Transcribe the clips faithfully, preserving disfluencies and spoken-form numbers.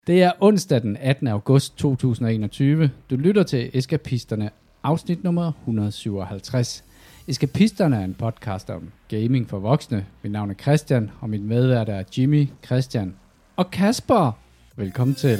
Det er onsdag den attende august to tusind og enogtyve. Du lytter til Eskapisterne, afsnit nummer et hundrede og syvoghalvtreds. Eskapisterne er en podcast om gaming for voksne. Mit navn er Christian, og mit medvært er Jimmy, Christian og Kasper. Velkommen til.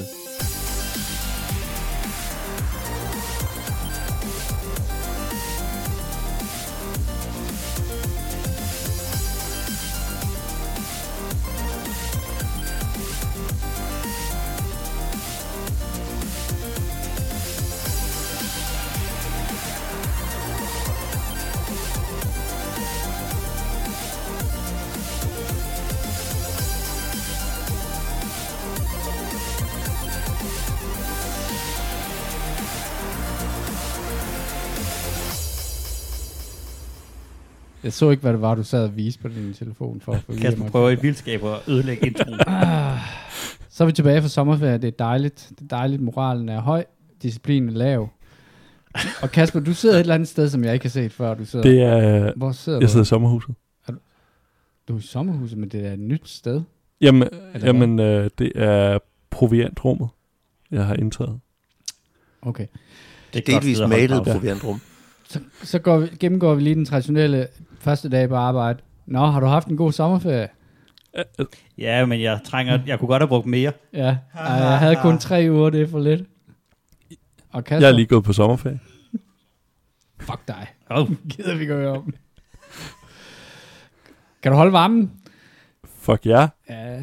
Jeg så ikke, hvad det var, du sad og viste på din telefon for at få Kasper prøver i vildskab at ødelægge introen. ah, Så er vi tilbage fra sommerferie. Det er dejligt. Det er dejligt. Moralen er høj. Disciplinen er lav. Og Kasper, du sidder et eller andet sted, som jeg ikke har set før. Du sidder. Det er... Hvor sidder jeg du? sidder i sommerhuset. Er du, du er i sommerhuset, men det er et nyt sted. Jamen, jamen øh, det er proviantrummet, jeg har indtaget. Okay. Det er delvist malet proviantrum. Så, så går vi, gennemgår vi lige den traditionelle første dag på arbejde. Nå, har du haft en god sommerferie? Ja, men jeg trænger, jeg kunne godt have brugt mere. Ja, Ej, jeg havde kun tre uger, det er for lidt. Og Kasper? Jeg er lige gået på sommerferie. Fuck dig. Oh. Gider vi gå om. Kan du holde varmen? Fuck ja. Ja.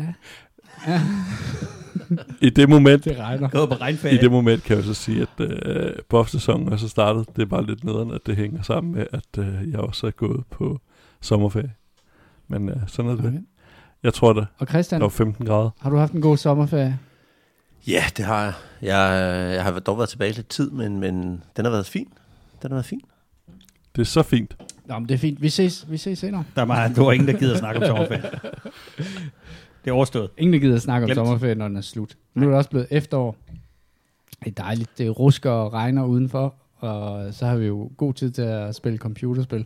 I det moment, det regner. Gå på regnferie. I det moment kan jeg jo så sige, at øh, buff-sæsonen er så startet. Det er bare lidt nederen, at det hænger sammen med, at øh, jeg også er gået på sommerferie. Men øh, sådan er det. Okay. Jeg tror det. Og Christian, der var femten grader. Har du haft en god sommerferie? Ja, det har jeg. Jeg, jeg har dog været tilbage lidt tid, men, men den har været fin. Den har været fin. Det er så fint. Nå, men det er fint. Vi ses, vi ses senere. Der er, der var ingen, der gider at snakke om sommerferie. Det er overstået. Ingen, der gider at snakke Glemt. om sommerferien, når den er slut. Nu er det også blevet efterår. Det er dejligt. Det rusker og regner udenfor, og så har vi jo god tid til at spille computerspil.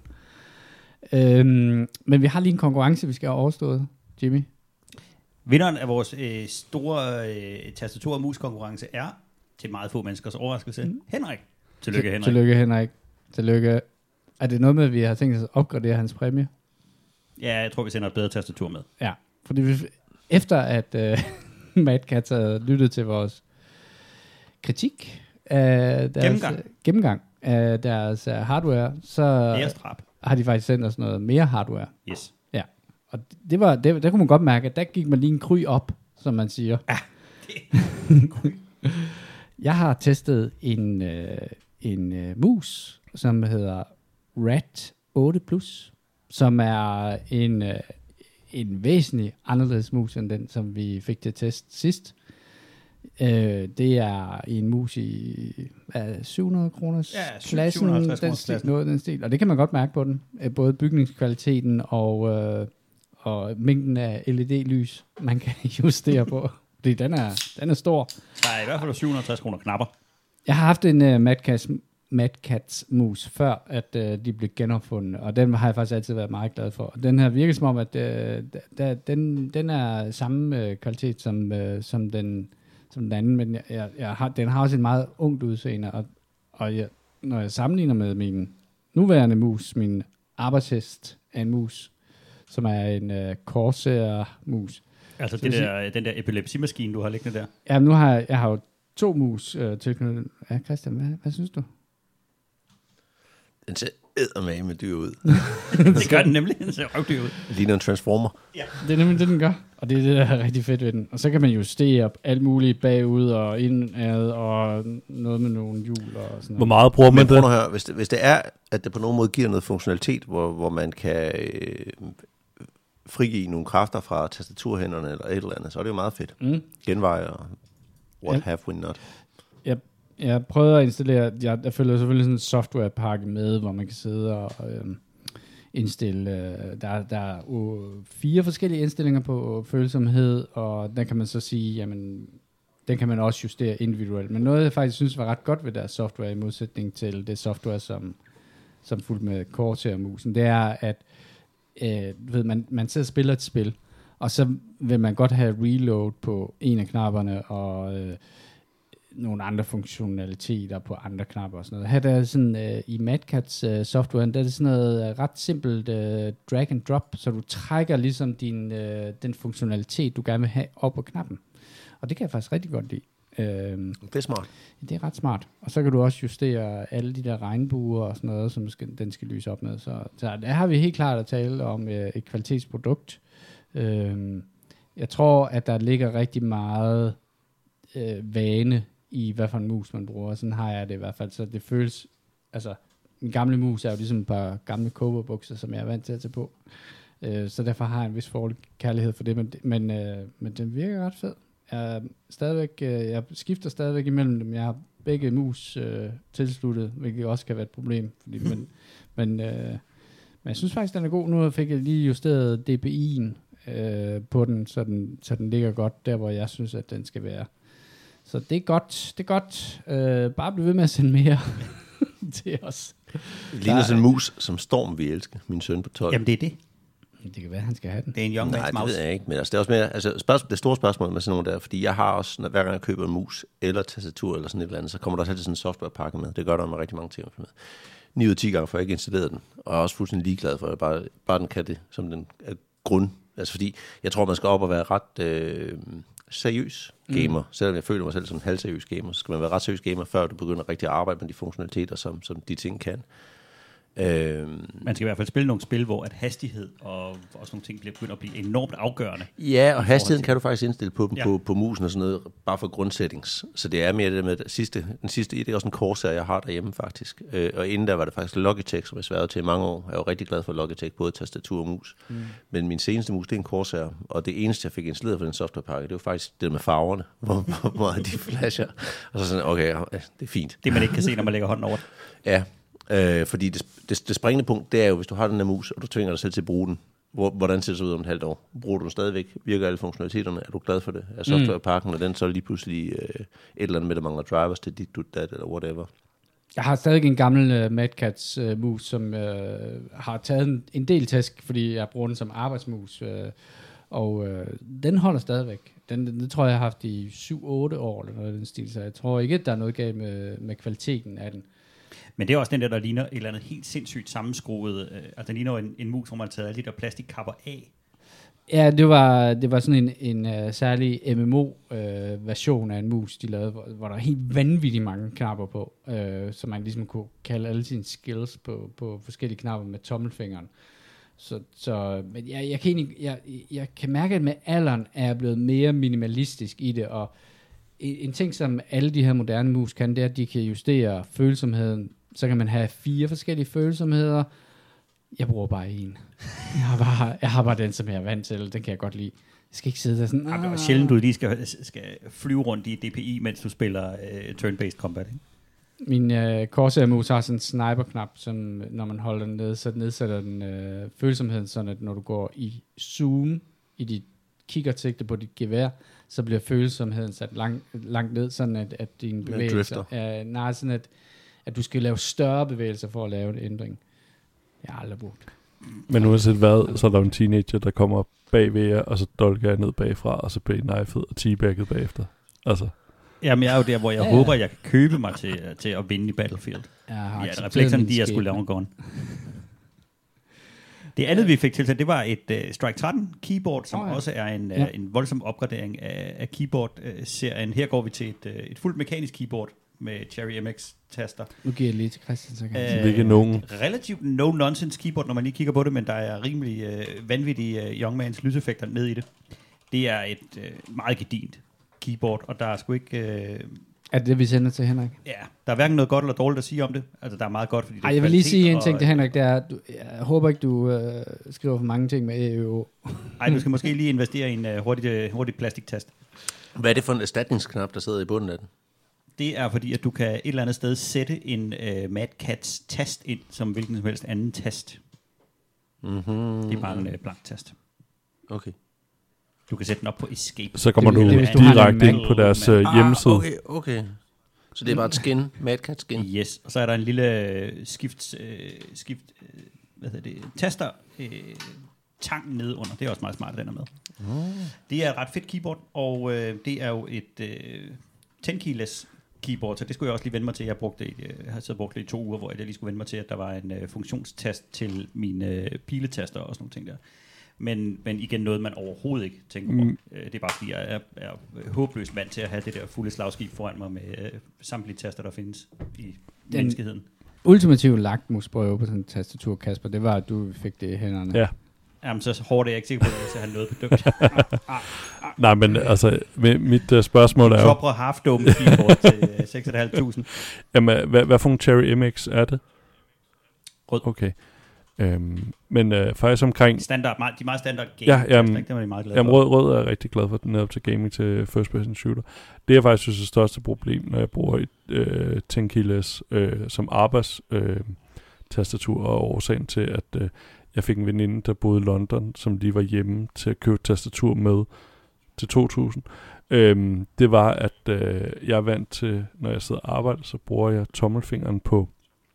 Øhm, men vi har lige en konkurrence, vi skal have overstået, Jimmy. Vinderen af vores øh, store øh, tastatur- og mus-konkurrence er, til meget få menneskers overraskelse, mm. Henrik. Tillykke, Henrik. Tillykke, Henrik. Tillykke. Er det noget med, at vi har tænkt os at opgradere hans præmie? Ja, jeg tror, vi sender et bedre tastatur med. Ja, fordi vi, efter at øh, Mad Cats havde lyttet til vores kritik af deres gennemgang, øh, gennemgang af deres øh, hardware, så Ærestrap. har de faktisk sendt os noget mere hardware. Yes. Ja, og det var, det, der kunne man godt mærke, at der gik man lige en kry op, som man siger. Ja, det. Jeg har testet en, øh, en øh, mus, som hedder Rat otte plus, som er en, øh, en væsentlig anderledes mus, end den, som vi fik til test sidst. Øh, det er en mus i hvad, syv hundrede kroners ja, klassen, den stil, noget af den stil. Og det kan man godt mærke på den. Både bygningskvaliteten og, øh, og mængden af L E D-lys, man kan justere på. Fordi den er, den er stor. Der er i hvert fald syv hundrede og tres kroner knapper. Jeg har haft en uh, Mad Cats, Mad Cats mus før, at uh, de blev genopfundet, og den har jeg faktisk altid været meget glad for. Og den her virker som om, at uh, da, den, den er samme uh, kvalitet som, uh, som, den, som den anden, men jeg, jeg, jeg har, den har også et meget ungt udseende, og, og jeg, når jeg sammenligner med min nuværende mus, min arbejdshest af en mus, som er en uh, Corsair-mus. Altså det der, den der epilepsimaskine, du har liggende der? Ja, nu har jeg, jeg har jo to mus øh, tilknyttet. Ja, Christian, hvad, hvad synes du? Den ser eddermame med dyr ud. Det gør den nemlig. Den ser røvdyr ud. Det ligner en transformer. Ja. Det er nemlig det, den gør. Og det er det, der er rigtig fedt ved den. Og så kan man justere alt muligt bagud og indad og noget med nogle hjul og sådan noget. Hvor meget bruger man Men det? Høre, hvis det? Hvis det er, at det på nogen måde giver noget funktionalitet, hvor, hvor man kan øh, frigive nogle kræfter fra tastaturhænderne eller et eller andet, så er det jo meget fedt. Mm. Genveje og what Ja. have we not. Jeg, jeg prøvede at installere, jeg, jeg følger selvfølgelig sådan en softwarepakke med, hvor man kan sidde og øh, indstille, øh, der, der er uh, fire forskellige indstillinger på følsomhed, og der kan man så sige, jamen, den kan man også justere individuelt. Men noget, jeg faktisk synes var ret godt ved deres software, i modsætning til det software, som, som fulgte med Corsair-musen, det er, at øh, ved, man, man sidder og spiller et spil, Og så vil man godt have reload på en af knapperne, og øh, nogle andre funktionaliteter på andre knapper og sådan noget. Her der er sådan, øh, i Mad Catz øh, software, der er det sådan noget øh, ret simpelt øh, drag and drop, så du trækker ligesom din, øh, den funktionalitet, du gerne vil have op på knappen. Og det kan jeg faktisk rigtig godt lide. Øhm, det er smart. Det er ret smart. Og så kan du også justere alle de der regnbuer og sådan noget, som skal, den skal lyse op med. Så, så der har vi helt klart at tale om øh, et kvalitetsprodukt. Øhm, jeg tror, at der ligger rigtig meget øh, vane i, hvad for en mus man bruger. Sådan har jeg det i hvert fald. Så det føles... Altså, min gamle mus er jo ligesom et par gamle cowboybukser, som jeg er vant til at tage på. Øh, så derfor har jeg en vis forhold kærlighed for det. Men, men, øh, men den virker ret fed. Jeg, stadigvæk, øh, jeg skifter stadigvæk imellem dem. Jeg har begge mus øh, tilsluttet, hvilket også kan være et problem. Fordi, men, men, øh, men jeg synes faktisk, den er god. Nu fik jeg lige justeret D P I'en øh, på den så, den, så den ligger godt der, hvor jeg synes, at den skal være. Så det er godt. Det er godt. Øh, bare bliv ved med at sende mere til os. Det ligner sådan en mus, som Storm vil elske. Min søn på tolv. Jamen, det er det. Det kan være, han skal have den. Det er en young Nej, man's mouse. det ved jeg ikke, men altså, det er også mere, altså, spørgsmål, det store spørgsmål med sådan nogle der, fordi jeg har også, når, hver gang jeg køber en mus, eller tastatur, eller sådan et eller andet, så kommer der også altid sådan en softwarepakke med. Det gør der med rigtig mange ting med. ni ud af ti gange får jeg ikke installeret den, og jeg er også fuldstændig ligeglad for, at bare, bare den kan det, som den er grund. Altså fordi, jeg tror, man skal op og være ret øh, seriøs gamer. Mm. Selvom jeg føler mig selv som en halvseriøs gamer, så skal man være ret seriøs gamer, før du begynder rigtig at arbejde med de funktionaliteter, som, som de ting kan. Øhm, Man skal i hvert fald spille nogle spil, hvor at hastighed og også nogle ting bliver begyndt at blive enormt afgørende. Ja, og hastigheden kan du faktisk indstille på dem ja. på, på musen og sådan noget, bare for grundsettings. Så det er mere det med det sidste, den sidste, det er også en Corsair, jeg har derhjemme faktisk. Øh, og inden der var det faktisk Logitech, som jeg sværede til i mange år. Jeg er jo rigtig glad for Logitech, både tastatur og mus. Mm. Men min seneste mus, det er en Corsair, og det eneste, jeg fik installeret for den softwarepakke, det var faktisk det med farverne, hvor, hvor meget de flasher. Og så sådan, okay, det er fint. Det man ikke kan se, når man lægger hånden over. Ja. Øh, fordi det, det, det springende punkt, det er jo, hvis du har den her mus, og du tvinger dig selv til at bruge den, hvor, hvordan ser det så ud om et halvt år? Bruger du den stadigvæk? Virker alle funktionaliteterne? Er du glad for det? Er softwarepakken, og den så lige pludselig øh, et eller andet med, der mangler drivers til dit, du, dat, eller whatever? Jeg har stadig en gammel uh, Mad Catz uh, mus, som uh, har taget en, en del tæsk, fordi jeg bruger den som arbejdsmus, uh, og uh, den holder stadigvæk. Den, den, den tror jeg, jeg har haft i syv otte år, eller noget af den stil, så jeg tror ikke, at der er noget galt med, med kvaliteten af den. Men det er også den der, der ligner et eller andet helt sindssygt sammenskruet. Øh, altså, den ligner en, en mus, hvor man har taget alle de der plastikkapper af. Ja, det var, det var sådan en, en uh, særlig M M O-version uh, af en mus, de lavede, hvor, hvor der er helt vanvittigt mange knapper på, uh, så man ligesom kunne kalde alle sine skills på, på forskellige knapper med tommelfingeren. Så, så men jeg, jeg, kan egentlig, jeg, jeg kan mærke, at med alderen er jeg blevet mere minimalistisk i det, og en ting, som alle de her moderne mus kan, det er, at de kan justere følsomheden. Så kan man have fire forskellige følsomheder. Jeg bruger bare en. Jeg har bare, jeg har bare den, som jeg er vant til. Den kan jeg godt lide. Jeg skal ikke sidde der sådan... Ah. Det er sjældent, du lige skal, skal flyve rundt i D P I, mens du spiller uh, turn-based combat, ikke? Min uh, Corsair-mus har sådan en sniper-knap, som når man holder den ned, så nedsætter den uh, følsomheden, sådan at når du går i zoom i dit kikkersigte på dit gevær, så bliver følsomheden sat lang, langt ned, sådan at, at dine bevægelser er, nej, sådan at, at du skal lave større bevægelser for at lave en ændring. Jeg har aldrig brugt. Men uanset hvad, så er der en teenager, der kommer bag ved jer, og så dolker jeg ned bagfra, og så bliver knifet og teabagget bagefter. Altså. Jamen, jeg er jo der, hvor jeg ja, ja. håber, jeg kan købe mig til, til at vinde i Battlefield. Jeg har ja, reflekserne, de er sgu long gone. Det andet, vi fik tilsat, det var et uh, Strike tretten keyboard, som oh, ja. også er en, uh, ja. en voldsom opgradering af, af keyboard-serien. Her går vi til et, uh, et fuldt mekanisk keyboard med Cherry M X-taster. Nu giver jeg lige til Christian, så kan jeg uh, ikke nogen. Relativt no-nonsense keyboard, når man lige kigger på det, men der er rimelig uh, vanvittige uh, Young Mans lyseffekter ned i det. Det er et uh, meget gedint keyboard, og der er sgu ikke... Uh, Er det det, vi sender til Henrik? Ja, der er hverken noget godt eller dårligt at sige om det. Altså, der er meget godt, fordi det Ej, jeg vil lige sige en ting til Henrik, det er, du, jeg håber ikke, du øh, skriver for mange ting med E Ø O. Nej, du skal måske lige investere i en uh, hurtig, uh, hurtig plastiktast. Hvad er det for en erstatningsknap, der sidder i bunden af den? Det er fordi, at du kan et eller andet sted sætte en uh, Mad Catz tast ind, som hvilken som helst anden tast. Mm-hmm. Det er bare en uh, blank tast. Okay. Du kan sætte den op på Escape. Så kommer det, du det, direkte ind på deres uh, hjemmeside. Ah, okay, okay. Så det er bare et skin, Mad Catz skin. Yes, og så er der en lille uh, skift, uh, skift uh, hvad hedder det, taster uh, tang nede under. Det er også meget smart, den er med. Mm. Det er et ret fedt keyboard, og øh, det er jo et øh, ten keyless keyboard, så det skulle jeg også lige vende mig til. Jeg, brugte det, jeg har så brugt det i to uger, hvor jeg lige skulle vende mig til, at der var en øh, funktionstast til mine øh, piletaster og sådan nogle ting der. Men, men igen noget, man overhovedet ikke tænker på. Mm. Det er bare fordi, jeg er, er håbløst vant til at have det der fulde slagskib foran mig med øh, samtlige taster, der findes i Den menneskeheden. Ultimative lakmusprøve på sådan en tastatur, Kasper, det var, at du fik det i hænderne. Ja. Jamen, så hårdt er jeg ikke sikker på, at jeg skal have noget bedømt. Nej, men altså, mit uh, spørgsmål er jo... Chopra half-dome keyboard til uh, seks tusind fem hundrede. Jamen, hvad, hvad for en Cherry M X er det? Rød. Okay. Øhm, men uh, faktisk omkring... Standard, meget, de er meget standard game. Ja, jamen, det var de meget glade jamen for. rød, rød er jeg rigtig glad for, netop til gaming til first person shooter. Det er faktisk synes, det største problem, når jeg bruger et øh, ten keyless øh, som arbejds øh, tastatur, og årsagen til, at øh, jeg fik en veninde, der boede i London, som lige var hjemme til at købe tastatur med til to tusind. Øhm, det var, at øh, jeg er vant til, når jeg sidder og arbejder, så bruger jeg tommelfingeren på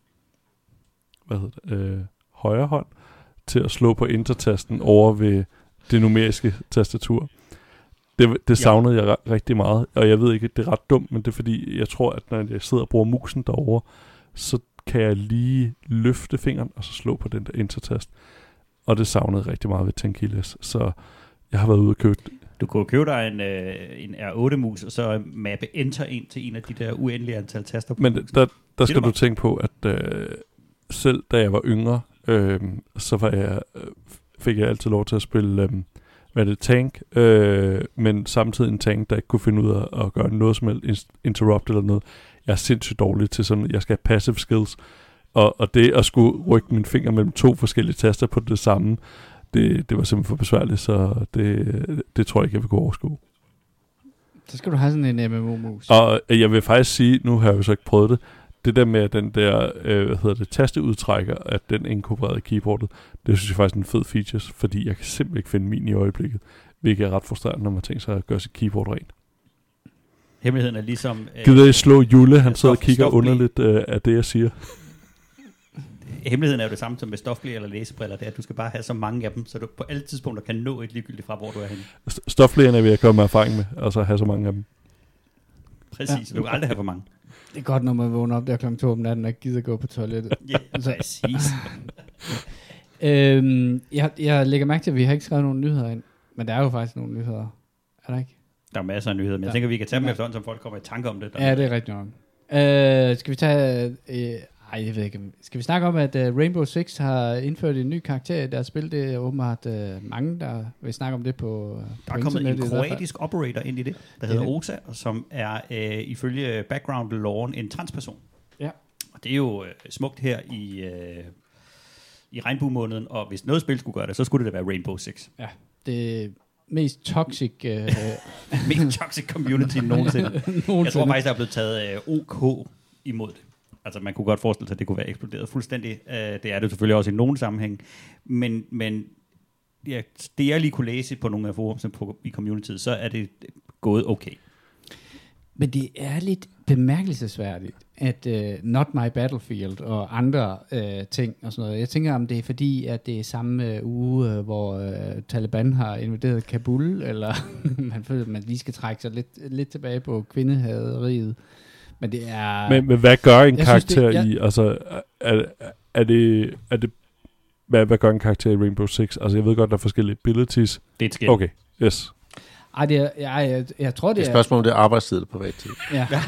hvad hedder det, øh, højre hånd til at slå på enter-tasten over ved det numeriske tastatur. Det, det savnede ja. jeg r- rigtig meget, og jeg ved ikke, at det er ret dumt, men det er fordi, jeg tror, at når jeg sidder og bruger musen derovre, så kan jeg lige løfte fingeren, og så slå på den der enter-tast. Og det savnede rigtig meget ved ten keyless, så jeg har været ude og købe. Du kunne købe dig en, øh, en R otte-mus, og så mappe enter ind til en af de der uendelige antal taster på Men musen. der, der skal du du tænke på, at øh, selv da jeg var yngre, øh, så var jeg, øh, fik jeg altid lov til at spille øh, hvad er det, tank, øh, men samtidig en tank, der ikke kunne finde ud af at gøre noget som helst interrupt eller noget. Jeg er sindssygt dårlig til sådan, jeg skal have passive skills, og, og det at skulle rykke min finger mellem to forskellige taster på det samme, det, det var simpelthen for besværligt, så det, det tror jeg ikke, jeg vil kunne overskue. Så skal du have sådan en M M O-mus. Og jeg vil faktisk sige, nu har jeg jo så ikke prøvet det, det der med den der, øh, hvad hedder det, tasteudtrækker, at den er inkorporeret i keyboardet, det synes jeg faktisk er en fed feature, fordi jeg kan simpelthen ikke finde min i øjeblikket, hvilket er ret frustrerende, når man tænker sig at gøre sit keyboard rent. Hemmeligheden er ligesom... Øh, Gider I slå Jule, han sidder og stof, kigger stof, underligt øh, af det, jeg siger. Hemmeligheden er jo det samme som med stofblæ eller læsebriller, det er, at du skal bare have så mange af dem, så du på alle tidspunkter kan nå et ligegyldigt fra, hvor du er henne. Stofblæerne vil jeg komme med erfaring med, og så have så mange af dem. Præcis, ja. Du kan aldrig have for mange. Det er godt, når man vågner op der klokken to om natten og ikke gider gå på toilettet. Ja, altså, præcis. øhm, jeg, jeg lægger mærke til, at vi har ikke skrevet nogen nyheder ind, men der er jo faktisk nogle nyheder. Er der ikke? Der er masser af nyheder, men jeg ja. tænker, vi kan tage dem efterhånden, som folk kommer i tanke om det. Der Ja, det er rigtigt nok. Øh, skal vi tage... Øh, ej, jeg ved ikke. Skal vi snakke om, at uh, Rainbow Six har indført en ny karakter i deres spil? Det er åbenbart uh, mange, der vil snakke om det på, uh, Der på er kommet en internettet. kroatisk operator ind i det, der hedder Osa, og som er øh, ifølge background-loven en transperson. Ja. Og det er jo øh, smukt her i, øh, i regnbuemåneden, og hvis noget spil skulle gøre det, så skulle det da være Rainbow Six. Ja, det mest toxic... Uh, mest toxic community nogensinde. nogensinde. Jeg tror faktisk, der er blevet taget øh, OK imod det. Altså man kunne godt forestille sig, at det kunne være eksploderet fuldstændig. Uh, det er det selvfølgelig også i nogen sammenhæng. Men, men ja, det jeg lige kunne læse på nogle af forumene på, i communityet, så er det gået okay. Men det er lidt bemærkelsesværdigt, at uh, Not My Battlefield og andre uh, ting og sådan noget. Jeg tænker, om det er fordi, at det er samme uh, uge, uh, hvor uh, Taliban har invaderet Kabul, eller man føler, at man lige skal trække sig lidt, lidt tilbage på kvindehaderiet. Men det er... Men, men hvad gør en jeg karakter synes, det, jeg... i... Altså, er, er det... Er det hvad, hvad gør en karakter i Rainbow Six? Altså, jeg ved godt, der er forskellige abilities. Det er et skill. Okay, yes. Ej, det er, jeg, jeg, jeg tror, det, det er... spørgsmål om det er arbejdstid eller privattid. Ja. ja.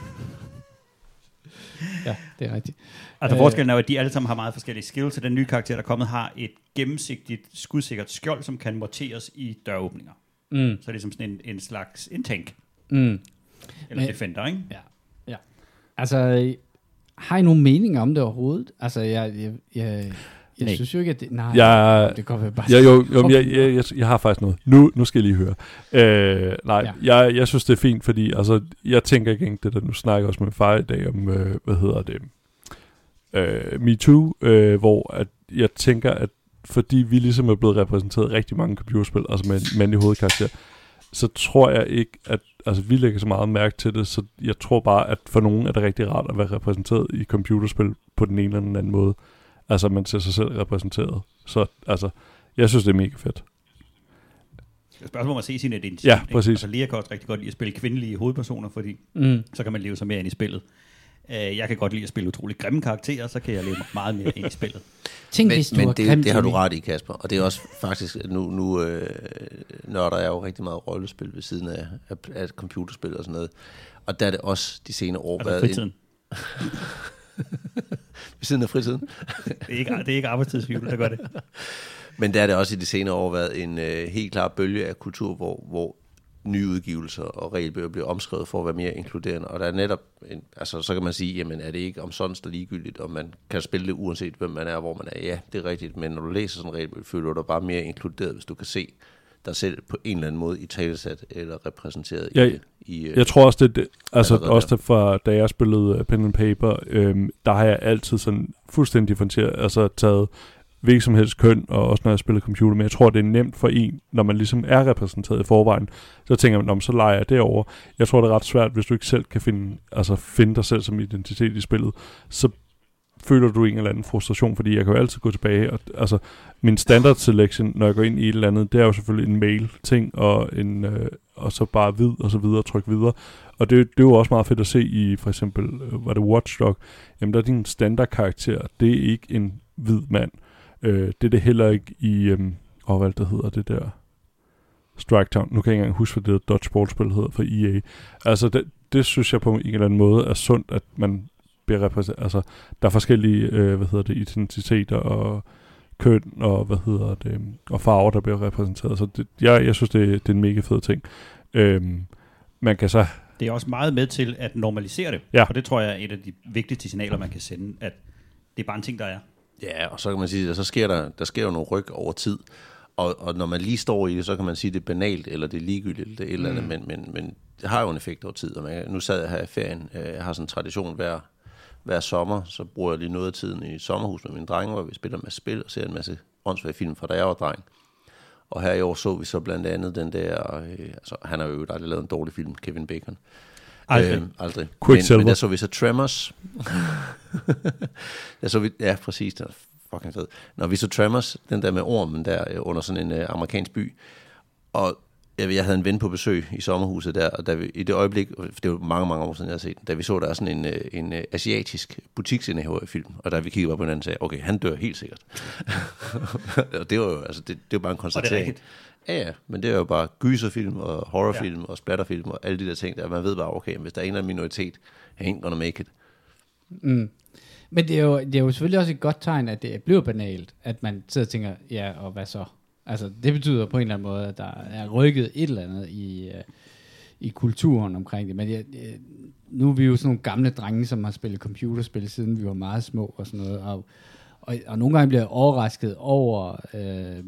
Ja, det er rigtigt. Altså forskellen er jo, at de alle sammen har meget forskellige skills, så den nye karakter, der er kommet, har et gennemsigtigt, skudsikkert skjold, som kan monteres i døråbninger. Mm. Så det er ligesom sådan en, en slags en tank. Mm. Eller Men, defender, ikke? Ja, ja. Altså, har I nogen mening om det overhovedet? Altså, jeg, jeg, jeg, jeg synes jo ikke, at det... Nej, jeg, det går vel bare... Jeg, jo, jo, jeg, jeg, jeg, jeg har faktisk noget. Nu, nu skal jeg lige høre. Øh, nej, ja. jeg, jeg synes, det er fint, fordi altså, jeg tænker ikke engang det, der nu snakker også med min far i dag om, øh, hvad hedder det, øh, MeToo, øh, hvor at jeg tænker, at fordi vi ligesom er blevet repræsenteret rigtig mange computerspil, altså med en mandlig hovedkarakter, så tror jeg ikke, at altså, vi lægger så meget mærke til det, så jeg tror bare, at for nogen er det rigtig rart at være repræsenteret i computerspil på den ene eller den anden måde. Altså, man ser sig selv repræsenteret. Så altså, Jeg synes, det er mega fedt. Spørgsmålet om at se sin identitet. Ja, præcis. Altså, Lea kan også rigtig godt lide at spille kvindelige hovedpersoner, fordi mm. så kan man leve sig mere ind i spillet. Uh, jeg kan godt lide at spille utroligt grimme karakterer, så kan jeg leve meget mere ind i spillet. Tænk, men hvis du men var det, det har du ret i, Kasper. Og det er også faktisk, nu, nu øh, nørder jeg jo rigtig meget rollespil ved siden af, af, af computerspil og sådan noget. Og der er det også de senere år altså fritiden. Ved siden af fritiden? det, er ikke, det er ikke arbejdstidsfivl, der gør det. Men der er det også i de senere år været en øh, helt klar bølge af kultur, hvor, hvor nye udgivelser og regelbøger bliver omskrevet for at være mere inkluderende. Og der er netop, en, altså så kan man sige, jamen er det ikke omsonst og ligegyldigt, og man kan spille det uanset hvem man er, hvor man er. Ja, det er rigtigt, men når du læser sådan en regelbøge, føler du dig bare mere inkluderet, hvis du kan se dig selv på en eller anden måde i talesat eller repræsenteret ja, i, i... Jeg tror også, det, det altså også der fra, da jeg spillede Pen and Paper, øhm, der har jeg altid sådan fuldstændig differentieret, altså taget hvilket som helst køn, og også når jeg spiller computer, men jeg tror, det er nemt for en, når man ligesom er repræsenteret i forvejen, så tænker man, så leger jeg derovre. Jeg tror, det er ret svært, hvis du ikke selv kan finde, altså finde dig selv som identitet i spillet, så føler du en eller anden frustration, fordi jeg kan jo altid gå tilbage, og altså min standard selection, når jeg går ind i et eller andet, det er jo selvfølgelig en mail-ting, og, en, øh, og så bare vid, og så videre, tryk videre. Og det, det er jo også meget fedt at se i, for eksempel, øh, var det Watch Dogs, jamen der er din standard-karakter, det er ikke en hvid mand. Øh, det er det heller ikke i, øhm, åh, hvad det hedder, det der Strike Town. Nu kan jeg ikke engang huske, hvad det der dodgeball-spil hedder for E A. Altså, det, det synes jeg på en eller anden måde er sundt, at man bliver repræsenteret. Altså, der er forskellige, øh, hvad hedder det, identiteter og køn og, hvad hedder det, og farver, der bliver repræsenteret. Så det, jeg, jeg synes, det, det er en mega fed ting. Øhm, man kan så... Det er også meget med til at normalisere det. Ja. Og det tror jeg er et af de vigtigste signaler, man kan sende, at det er bare en ting, der er. Ja, og så kan man sige, at så sker der, der sker jo nogle ryg over tid, og, og når man lige står i det, så kan man sige, at det er banalt, eller det er ligegyldigt, eller det er et eller andet, mm. men, men, men det har jo en effekt over tid, og man, nu sad jeg her i ferien, jeg har sådan en tradition hver, hver sommer, så bruger jeg lige noget af tiden i sommerhus med mine drenge, hvor vi spiller en masse spil, og ser en masse åndssvage film fra da jeg var dreng. Og her i år så vi så blandt andet den der, øh, altså han har jo aldrig lavet en dårlig film, Kevin Bacon. Aldrig. Øh, aldrig. Men, men der så vi så Tremors. der så vi, ja, præcis, det er fucking fed. Når vi så Tremors, den der med ormen der under sådan en uh, amerikansk by, og jeg, jeg havde en ven på besøg i sommerhuset der, og da vi, i det øjeblik, det var mange, mange år siden, jeg havde set den, da vi så, der er sådan en, en, en asiatisk butiksindehaver i filmen, og da vi kiggede på hinanden og sagde, okay, han dør helt sikkert. Og det var jo, altså, det, det var bare en konstatering. Ja, ja, men det er jo bare gyserfilm og horrorfilm ja. og splatterfilm og alle de der ting der. Man ved bare, okay, hvis der er en eller anden minoritet, ain't gonna make it. Mm. Men det er, jo, det er jo selvfølgelig også et godt tegn, at det bliver banalt, at man sidder og tænker, ja, og hvad så? Altså, det betyder på en eller anden måde, at der er rykket et eller andet i, uh, i kulturen omkring det. Men jeg, jeg, nu er vi jo sådan nogle gamle drenge, som har spillet computerspil, siden vi var meget små og sådan noget. Og, og, og nogle gange bliver jeg overrasket over... Øh,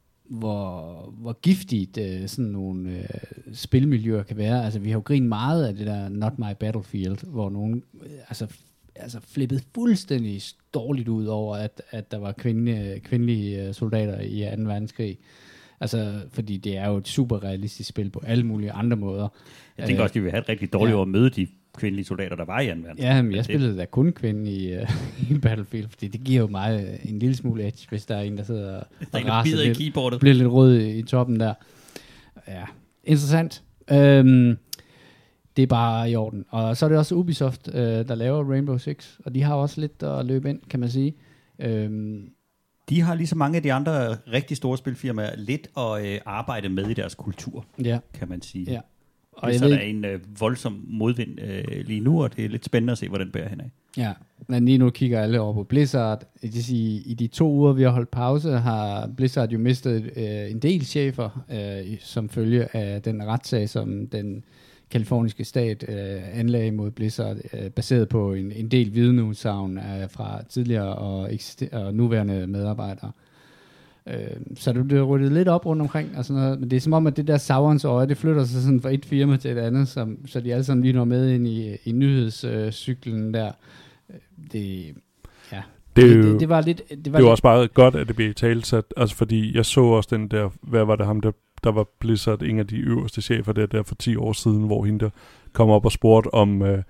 hvor, hvor giftigt øh, sådan nogle øh, spilmiljøer kan være. Altså, vi har jo grinet meget af det der Not My Battlefield, hvor nogen øh, altså, altså flippede fuldstændig dårligt ud over, at, at der var kvinde, kvindelige øh, soldater i anden verdenskrig. Altså, fordi det er jo et super realistisk spil på alle mulige andre måder. Jeg tænker også, at vi vil have et rigtig dårligt ja. år at møde de kvindelige soldater, der var i anden verdenskrig. Ja, men jeg spillede da kun kvinde i, uh, i Battlefield, fordi det giver jo mig en lille smule edge, hvis der er en, der sidder og raser lidt, i keyboardet. Bliver lidt rød i, i toppen der. Ja, interessant. Øhm, det er bare i orden. Og så er det også Ubisoft, øh, der laver Rainbow Six, og de har også lidt at løbe ind, kan man sige. Øhm, de har ligesom mange af de andre rigtig store spilfirmaer lidt at øh, arbejde med i deres kultur, ja. kan man sige. Ja. Og så er der en øh, voldsom modvind øh, lige nu, og det er lidt spændende at se, hvor den bærer henad. Ja, men lige nu kigger alle over på Blizzard. Det vil sige, i de to uger, vi har holdt pause, har Blizzard jo mistet øh, en del chefer, øh, som følge af den retssag, som den kaliforniske stat øh, anlagde mod Blizzard, øh, baseret på en, en del vidneudsagn øh, fra tidligere og, eksister- og nuværende medarbejdere. Øh, så det bliver ryddet lidt op rundt omkring og sådan noget, men det er som om, at det der saurens øje, det flytter sig sådan fra et firma til et andet, som, så de alle sammen lige når med ind i, i nyhedscyklen øh, der. Det, ja. Det, det, jo, det, det var lidt... Det var, det var lidt, også meget godt, at det blev talsat, altså fordi jeg så også den der, hvad var det ham, der, der var Blizzard, en af de øverste chefer der, der for ti år siden, hvor hende der kom op og spurgte om, øh,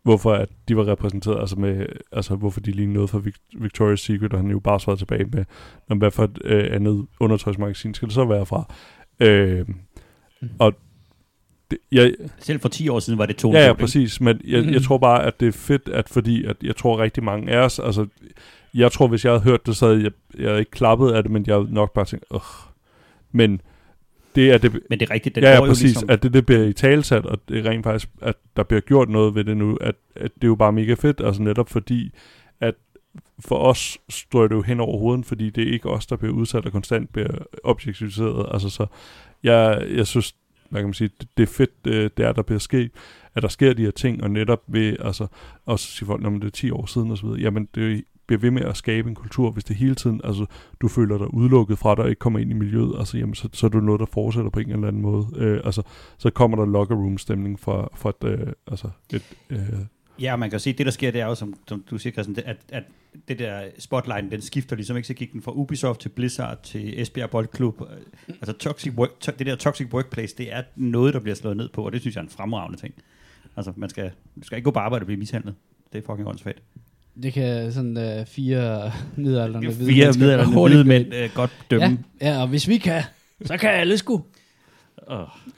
hvorfor at de var repræsenteret, altså med, altså hvorfor de lige nåede fra Victoria's Secret, og han jo bare svarede tilbage med, om hvad for et øh, andet undertøjsmagasin skal det så være fra. Øh, mm. Og det, jeg, selv for ti år siden var det to. Ja, ja, præcis, men jeg, jeg tror bare, at det er fedt, at fordi, at jeg tror rigtig mange af os, altså, jeg tror, hvis jeg havde hørt det, så havde jeg, jeg havde ikke klappet af det, men jeg havde nok bare tænkt, åh, men det er det, men det er rigtigt, det ja, ja, går jo præcis, ligesom, at det, det bliver i talsat, og det er rent faktisk, at der bliver gjort noget ved det nu, at, at det er jo bare mega fedt, altså netop fordi, at for os står det jo hen over hovedet, fordi det er ikke os, der bliver udsat og konstant bliver objektiviseret, altså så, jeg, jeg synes, hvad kan man sige, det, det er fedt, det, det er, der bliver sket, at der sker de her ting, og netop ved, altså, også sige folk, når det er ti år siden og så videre, jamen det bliver ved med at skabe en kultur, hvis det hele tiden, altså du føler dig udelukket fra dig og ikke kommer ind i miljøet, altså jamen så, så er du noget, der fortsætter på en eller anden måde. Øh, altså så kommer der locker room stemning fra, fra et, øh, altså et... Øh, ja, man kan se, det der sker, det er jo, som, som du siger, Christian, at, at det der spotlight, den skifter ligesom ikke, så gik den fra Ubisoft til Blizzard til Esbjerg Boldklub. Altså toxic work, to, det der toxic workplace, det er noget, der bliver slået ned på, og det synes jeg er en fremragende ting. Altså man skal, du skal ikke gå på arbejde og blive mishandlet. Det er fucking åndssvagt. Det kan sådan uh, fire midaldrende hvide Fire midaldrende hvide mænd uh, godt dømme. Ja, ja, og hvis vi kan, så kan alle sgu. Oh.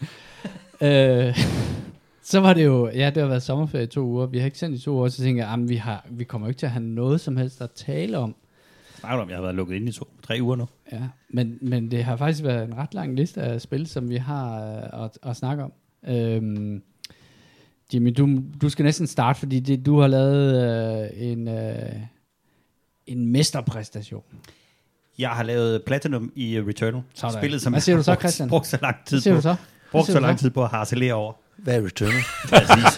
øh, så var det jo, ja, det har været sommerferie i to uger. Vi har ikke sendt i to uger, så tænker jeg, vi, har, vi kommer ikke til at have noget som helst at tale om. Snakker om, jeg har været lukket ind i to, tre uger nu. Ja, men, men det har faktisk været en ret lang liste af spil, som vi har uh, at, at snakke om. Øhm, Jimmy, du, du skal næsten starte, fordi det, du har lavet øh, en, øh, en mesterpræstation. Jeg har lavet Platinum i Returnal. Sådan. Spillet, som Hvad siger jeg du så, Christian? brugt så lang tid Hvad siger på. du så? Brugt så lang så? tid på at harcelere over. Hvad er Returnal? Præcis.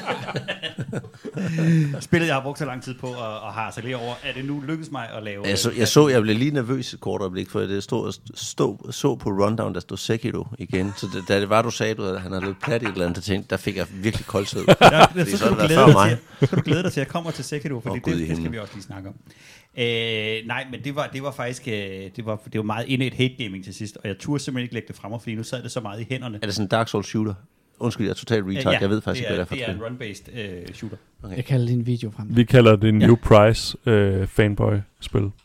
Spillet, jeg har brugt så lang tid på at, at harcelere over, er det nu lykkedes mig at lave... Jeg så, jeg, så, jeg blev lige nervøs et kort øjeblik, for det stod, stod, så på rundown, der stod Sekiro igen. Så det, da det var, du sagde, at han havde løbet plat i et eller andet, ting, der fik jeg virkelig koldsved. Ja, så skal du, glæde dig til, skal du glæde dig til, at jeg kommer til Sekiro, for oh, det, det, det skal vi også lige snakke om. Øh, nej, men det var, det var faktisk det var, det var meget inde i et hate gaming til sidst, og jeg turde simpelthen ikke lægge det frem, fordi nu sad det så meget i hænderne. Er det sådan en Dark Souls shooter? Undskyld, jeg er totalt retard. Ja, jeg ved faktisk ikke, hvad det er for det er en run-based uh, shooter. Okay. Jeg kalder det en video frem. Vi kalder det en ja. New Price uh, fanboy-spil. Det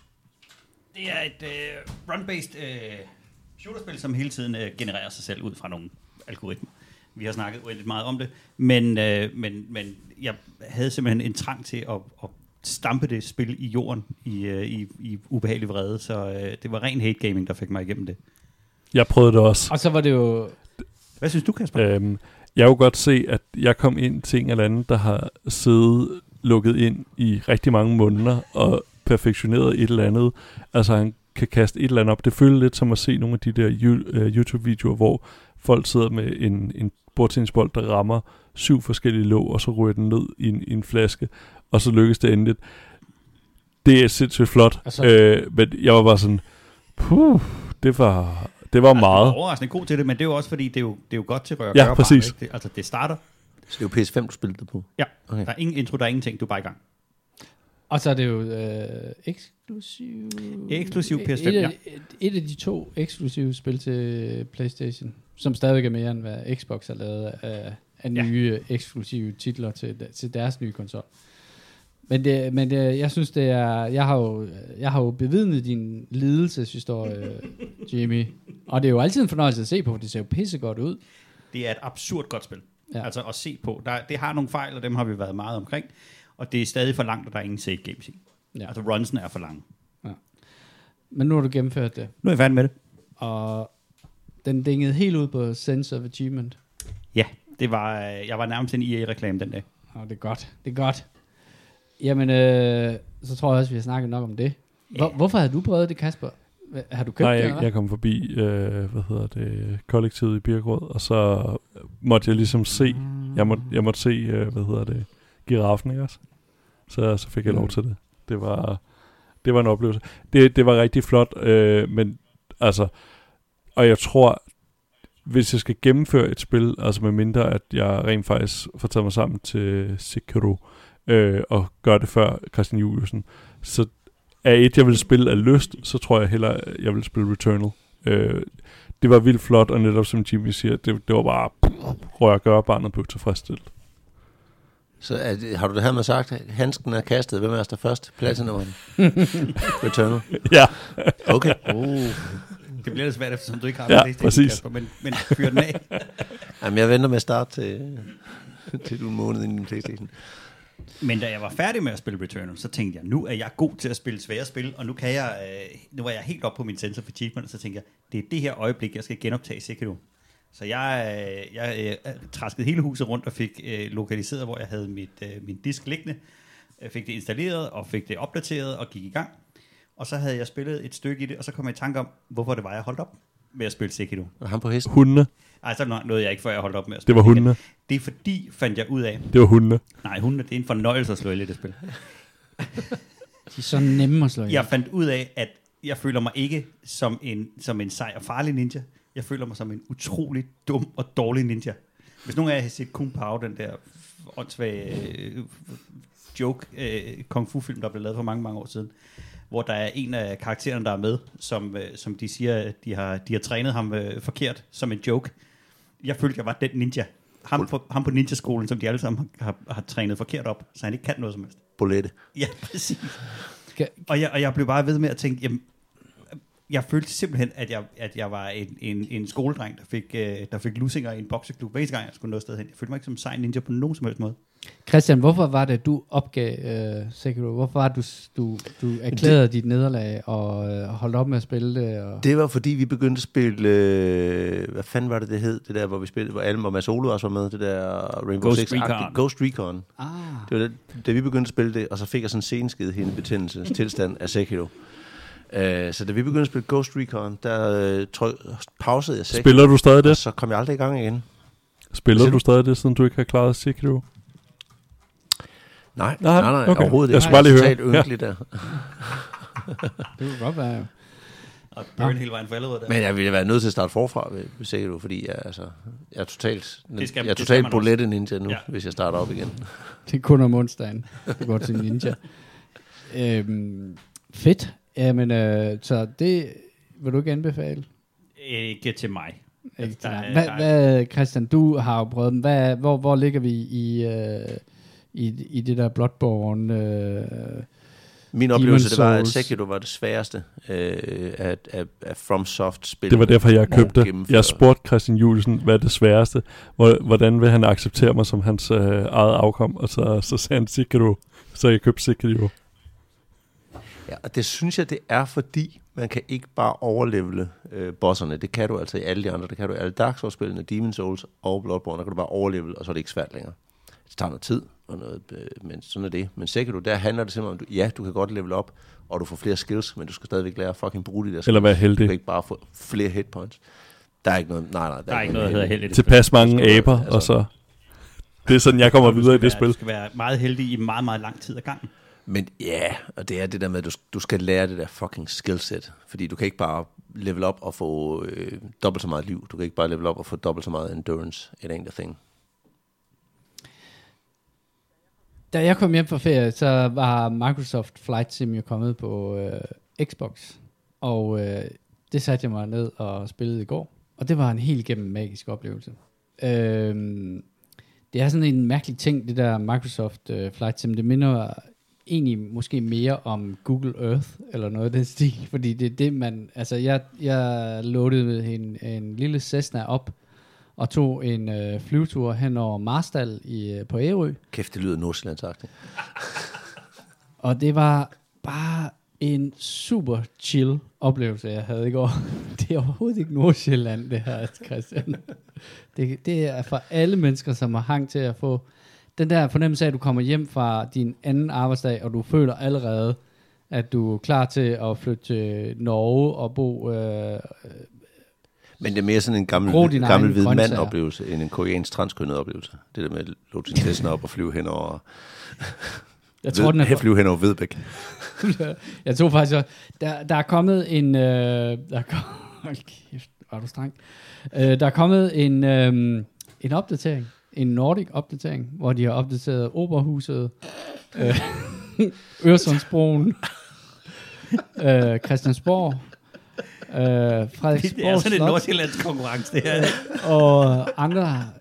er et uh, run-based uh, shooterspil, som hele tiden uh, genererer sig selv ud fra nogle algoritmer. Vi har snakket uendeligt meget om det, men, uh, men, men jeg havde simpelthen en trang til at, at stampe det spil i jorden i, uh, i, i ubehagelig vrede, så uh, det var ren hate gaming, der fik mig igennem det. Jeg prøvede det også. Og så var det jo... Hvad synes du, Kasper? Øhm, jeg kunne godt se, at jeg kom ind til en eller anden, der har siddet lukket ind i rigtig mange måneder og perfektioneret et eller andet. Altså han kan kaste et eller andet op. Det føles lidt som at se nogle af de der YouTube-videoer, hvor folk sidder med en, en bordtennisbold, der rammer syv forskellige låg, og så ryger den ned i en, i en flaske, og så lykkes det endeligt. Det er sindssygt flot. Altså. Øh, men jeg var bare sådan, puh, det var... Det var altså, meget. Du var overraskende god til det, men det er jo også fordi, det er jo, det er jo godt til at røre ja, præcis. Det, altså, det starter. Så det er jo P S fem, du spillede det på? Ja, okay. Der er ingen intro, der er ingenting, du er bare i gang. Og så er det jo øh, eksklusiv... Eksklusiv P S fem, et, ja. Et, et af de to eksklusive spil til PlayStation, som stadig er mere end hvad Xbox har lavet af, af nye ja. eksklusive titler til, til deres nye konsol. Men, det, men det, jeg synes, det er... Jeg har jo, jeg har jo bevidnet din lidelseshistorie, Jimmy. Og det er jo altid en fornøjelse at se på, for det ser jo pissegodt ud. Det er et absurd godt spil. Ja. Altså at se på. Der, det har nogle fejl, og dem har vi været meget omkring. Og det er stadig for langt, og der er ingen save games i. Ja. Altså runsene er for lange. Ja. Men nu har du gennemført det. Nu er jeg færdig med det. Og den dingede helt ud på Sense of Achievement. Ja, det var, jeg var nærmest en E A-reklame den dag. Åh, det er godt. Det er godt. Jamen, øh, så tror jeg også, vi har snakket nok om det. Hvor, yeah. Hvorfor har du prøvet det, Kasper? Har du købt Nej, det? Nej, jeg, jeg kom forbi, øh, hvad hedder det, kollektivet i Birkerød, og så måtte jeg ligesom se, mm. jeg, måtte, jeg måtte se, øh, hvad hedder det, giraffen, ikke også? Så, så fik jeg lov mm. til det. Det var, det var en oplevelse. Det, det var rigtig flot, øh, men altså, og jeg tror, hvis jeg skal gennemføre et spil, altså med mindre, at jeg rent faktisk får taget mig sammen til Sekiro, øh, og gør det før Christian Juliusen, så er et, jeg vil spille af lyst, så tror jeg hellere, jeg vil spille Returnal. Øh, det var vildt flot, og netop som Jimmy siger, det, det var bare røre gøre barnet på tilfredsstillet. Så er, har du det her med sagt, handsken er kastet, hvem er der først? Platinum. Returnal. Ja. Okay. Oh. Det bliver lidt svært, eftersom du ikke har ja, det, præcis. men, men fyr den af. Jamen, jeg venter med at starte til, til du en måned inden PlayStation. Men da jeg var færdig med at spille Returnal, så tænkte jeg, nu er jeg god til at spille svære spil, og nu kan jeg, øh, nu var jeg helt op på min sense of achievement, og så tænkte jeg, det er det her øjeblik, jeg skal genoptage Sekiro. Så jeg, øh, jeg øh, traskede hele huset rundt og fik øh, lokaliseret, hvor jeg havde mit, øh, min disk liggende. Jeg fik det installeret og fik det opdateret og gik i gang. Og så havde jeg spillet et stykke i det, og så kom jeg i tanke om, hvorfor det var, jeg holdt op med at spille Sekiro. Og ham på hesten? Hundene. Ej, så nåede jeg ikke, før jeg holdt op med at spille. Det var hundene. Det er fordi, fandt jeg ud af. Det var hundene. Nej, hundene, det er en fornøjelse at slå ihjel i det spil. De er så nemme at slå ihjel. Jeg fandt ud af, at jeg føler mig ikke som en, som en sej og farlig ninja. Jeg føler mig som en utrolig dum og dårlig ninja. Hvis nogen af jer har set Kung Pao, den der åndssvage øh, joke øh, kung fu film, der blev lavet for mange, mange år siden, hvor der er en af karaktererne, der er med, som, øh, som de siger, de har, de har trænet ham øh, forkert som en joke. Jeg følte, jeg var den ninja. Ham på, ham på ninjaskolen, som de alle sammen har, har, har trænet forkert op, så han ikke kan noget som helst. Bolette. Ja, præcis. Og jeg, og jeg blev bare ved med at tænke, jamen, jeg følte simpelthen, at jeg, at jeg var en, en, en skoledreng, der fik, øh, der fik lussinger i en bokseklub, hver gang jeg skulle noget sted hen. Jeg følte mig ikke som sej ninja på nogen som helst måde. Christian, hvorfor var det, du opgav uh, Sekiro? Hvorfor var det, du, du erklærede det, dit nederlag og uh, holdt op med at spille det? Og... Det var fordi, vi begyndte at spille... Øh, hvad fanden var det, det hed? Det der, hvor vi spillede, hvor alle og Mads Olo også var med. Det der Rainbow Ghost Six. Recon. Ghost Recon. Ah. Det var det, da vi begyndte at spille det, og så fik jeg sådan en seneskede tilstand af Sekiro. Uh, så da vi begyndte at spille Ghost Recon, der uh, tryk, pausede jeg Sekiro. Spiller du stadig det? Så kom jeg aldrig i gang igen. Spiller du stadig det, siden du ikke har klaret Sekiro? Nej, nej, nej, nej okay. overhovedet ikke. Jeg skal bare lige høre. Totalt ynkeligt der. Det kunne godt være jo. Og burn ja. hele vejen for allerede der. Men jeg ville være nødt til at starte forfra, ved Sekiro, fordi jeg, altså, jeg er totalt, skal, jeg er totalt bolette ninja nu, ja. hvis jeg starter op igen. Det er kun om onsdagen. Det går til ninja. øhm, fedt. Jamen, øh, så det vil du ikke anbefale? Ikke til mig. Ikke til Der dig. er- Hvad, der er- hvad, Christian, du har jo prøvet dem. Hvad, hvor, hvor ligger vi i, øh, i, i det der Bloodborne? Øh, Min oplevelse, det var, at Souls. Sekiro var det sværeste øh, af, af, af FromSoft-spil. Det var derfor, jeg købte. gennemføre. Jeg spurgte Christian Juelsen, hvad er det sværeste? Hvor- Hvordan vil han acceptere mig som hans øh, eget afkom? Og så, så sagde han Sekiro. Så jeg købte Sekiro. Ja, og det synes jeg, det er, fordi man kan ikke bare overlevele øh, bosserne. Det kan du altså i alle de andre. Det kan du i alle Dark Souls-spillene, Demon's Souls og Bloodborne. Der kan du bare overlevele, og så er det ikke svært længere. Det tager noget tid, og noget, øh, men sådan er det. Men Sekiro, der handler det simpelthen om, du, ja, du kan godt level op, og du får flere skills, men du skal stadigvæk lære at fucking bruge de der skills. Eller være Du heldig. kan ikke bare få flere hitpoints. Der er ikke noget, nej, nej. Der er ikke noget, der hedder heldigt. Tilpas mange Du skal- aber, altså- og så... Det er sådan, jeg kommer videre i det Du spil. skal være meget heldig i meget, meget lang tid ad gangen. Men ja, yeah, og det er det der med, at du, du skal lære det der fucking skillset. Fordi du kan ikke bare level op og få øh, dobbelt så meget liv. Du kan ikke bare level op og få dobbelt så meget endurance. It ain't a thing. Da jeg kom hjem fra ferie, så var Microsoft Flight Sim jo kommet på øh, Xbox. Og øh, det satte jeg mig ned og spillede i går. Og det var en helt igennem magisk oplevelse. Øhm, det er sådan en mærkelig ting, det der Microsoft øh, Flight Sim. Det minder egentlig måske mere om Google Earth, eller noget af den stil. Fordi det er det, man... Altså, jeg, jeg loadede en, en lille Cessna op, og tog en øh, flyvetur hen over Marstal i, øh, på Ærø. Kæft, det lyder nordsjællandsagtigt. Og det var bare en super chill oplevelse, jeg havde i går. Det er overhovedet ikke Nordsjælland, det her, Christian. Det, det er for alle mennesker, som har hang til at få den der fornemmelse af, at du kommer hjem fra din anden arbejdsdag, og du føler allerede, at du er klar til at flytte til Norge og bo... Øh, Men det er mere sådan en Brug gammel, dine gammel egne hvid grøntsager. mand-oplevelse, end en koreansk transkønnet oplevelse. Det der med at låte sin Cessna op og flyve hen over... jeg tror, den er for, flyve hen over Vedbæk. jeg tror faktisk, at der, der er kommet en... Øh, der er kom, hold kæft, var du streng. Øh, der er kommet en, øh, en opdatering, en Nordic opdatering, hvor de har opdateret Oberhuset, øh, Øresundsbroen, øh, Christiansborg, øh, Det er Frederiksborg sådan en Slot nordsjællandsk konkurrence, det her. og andre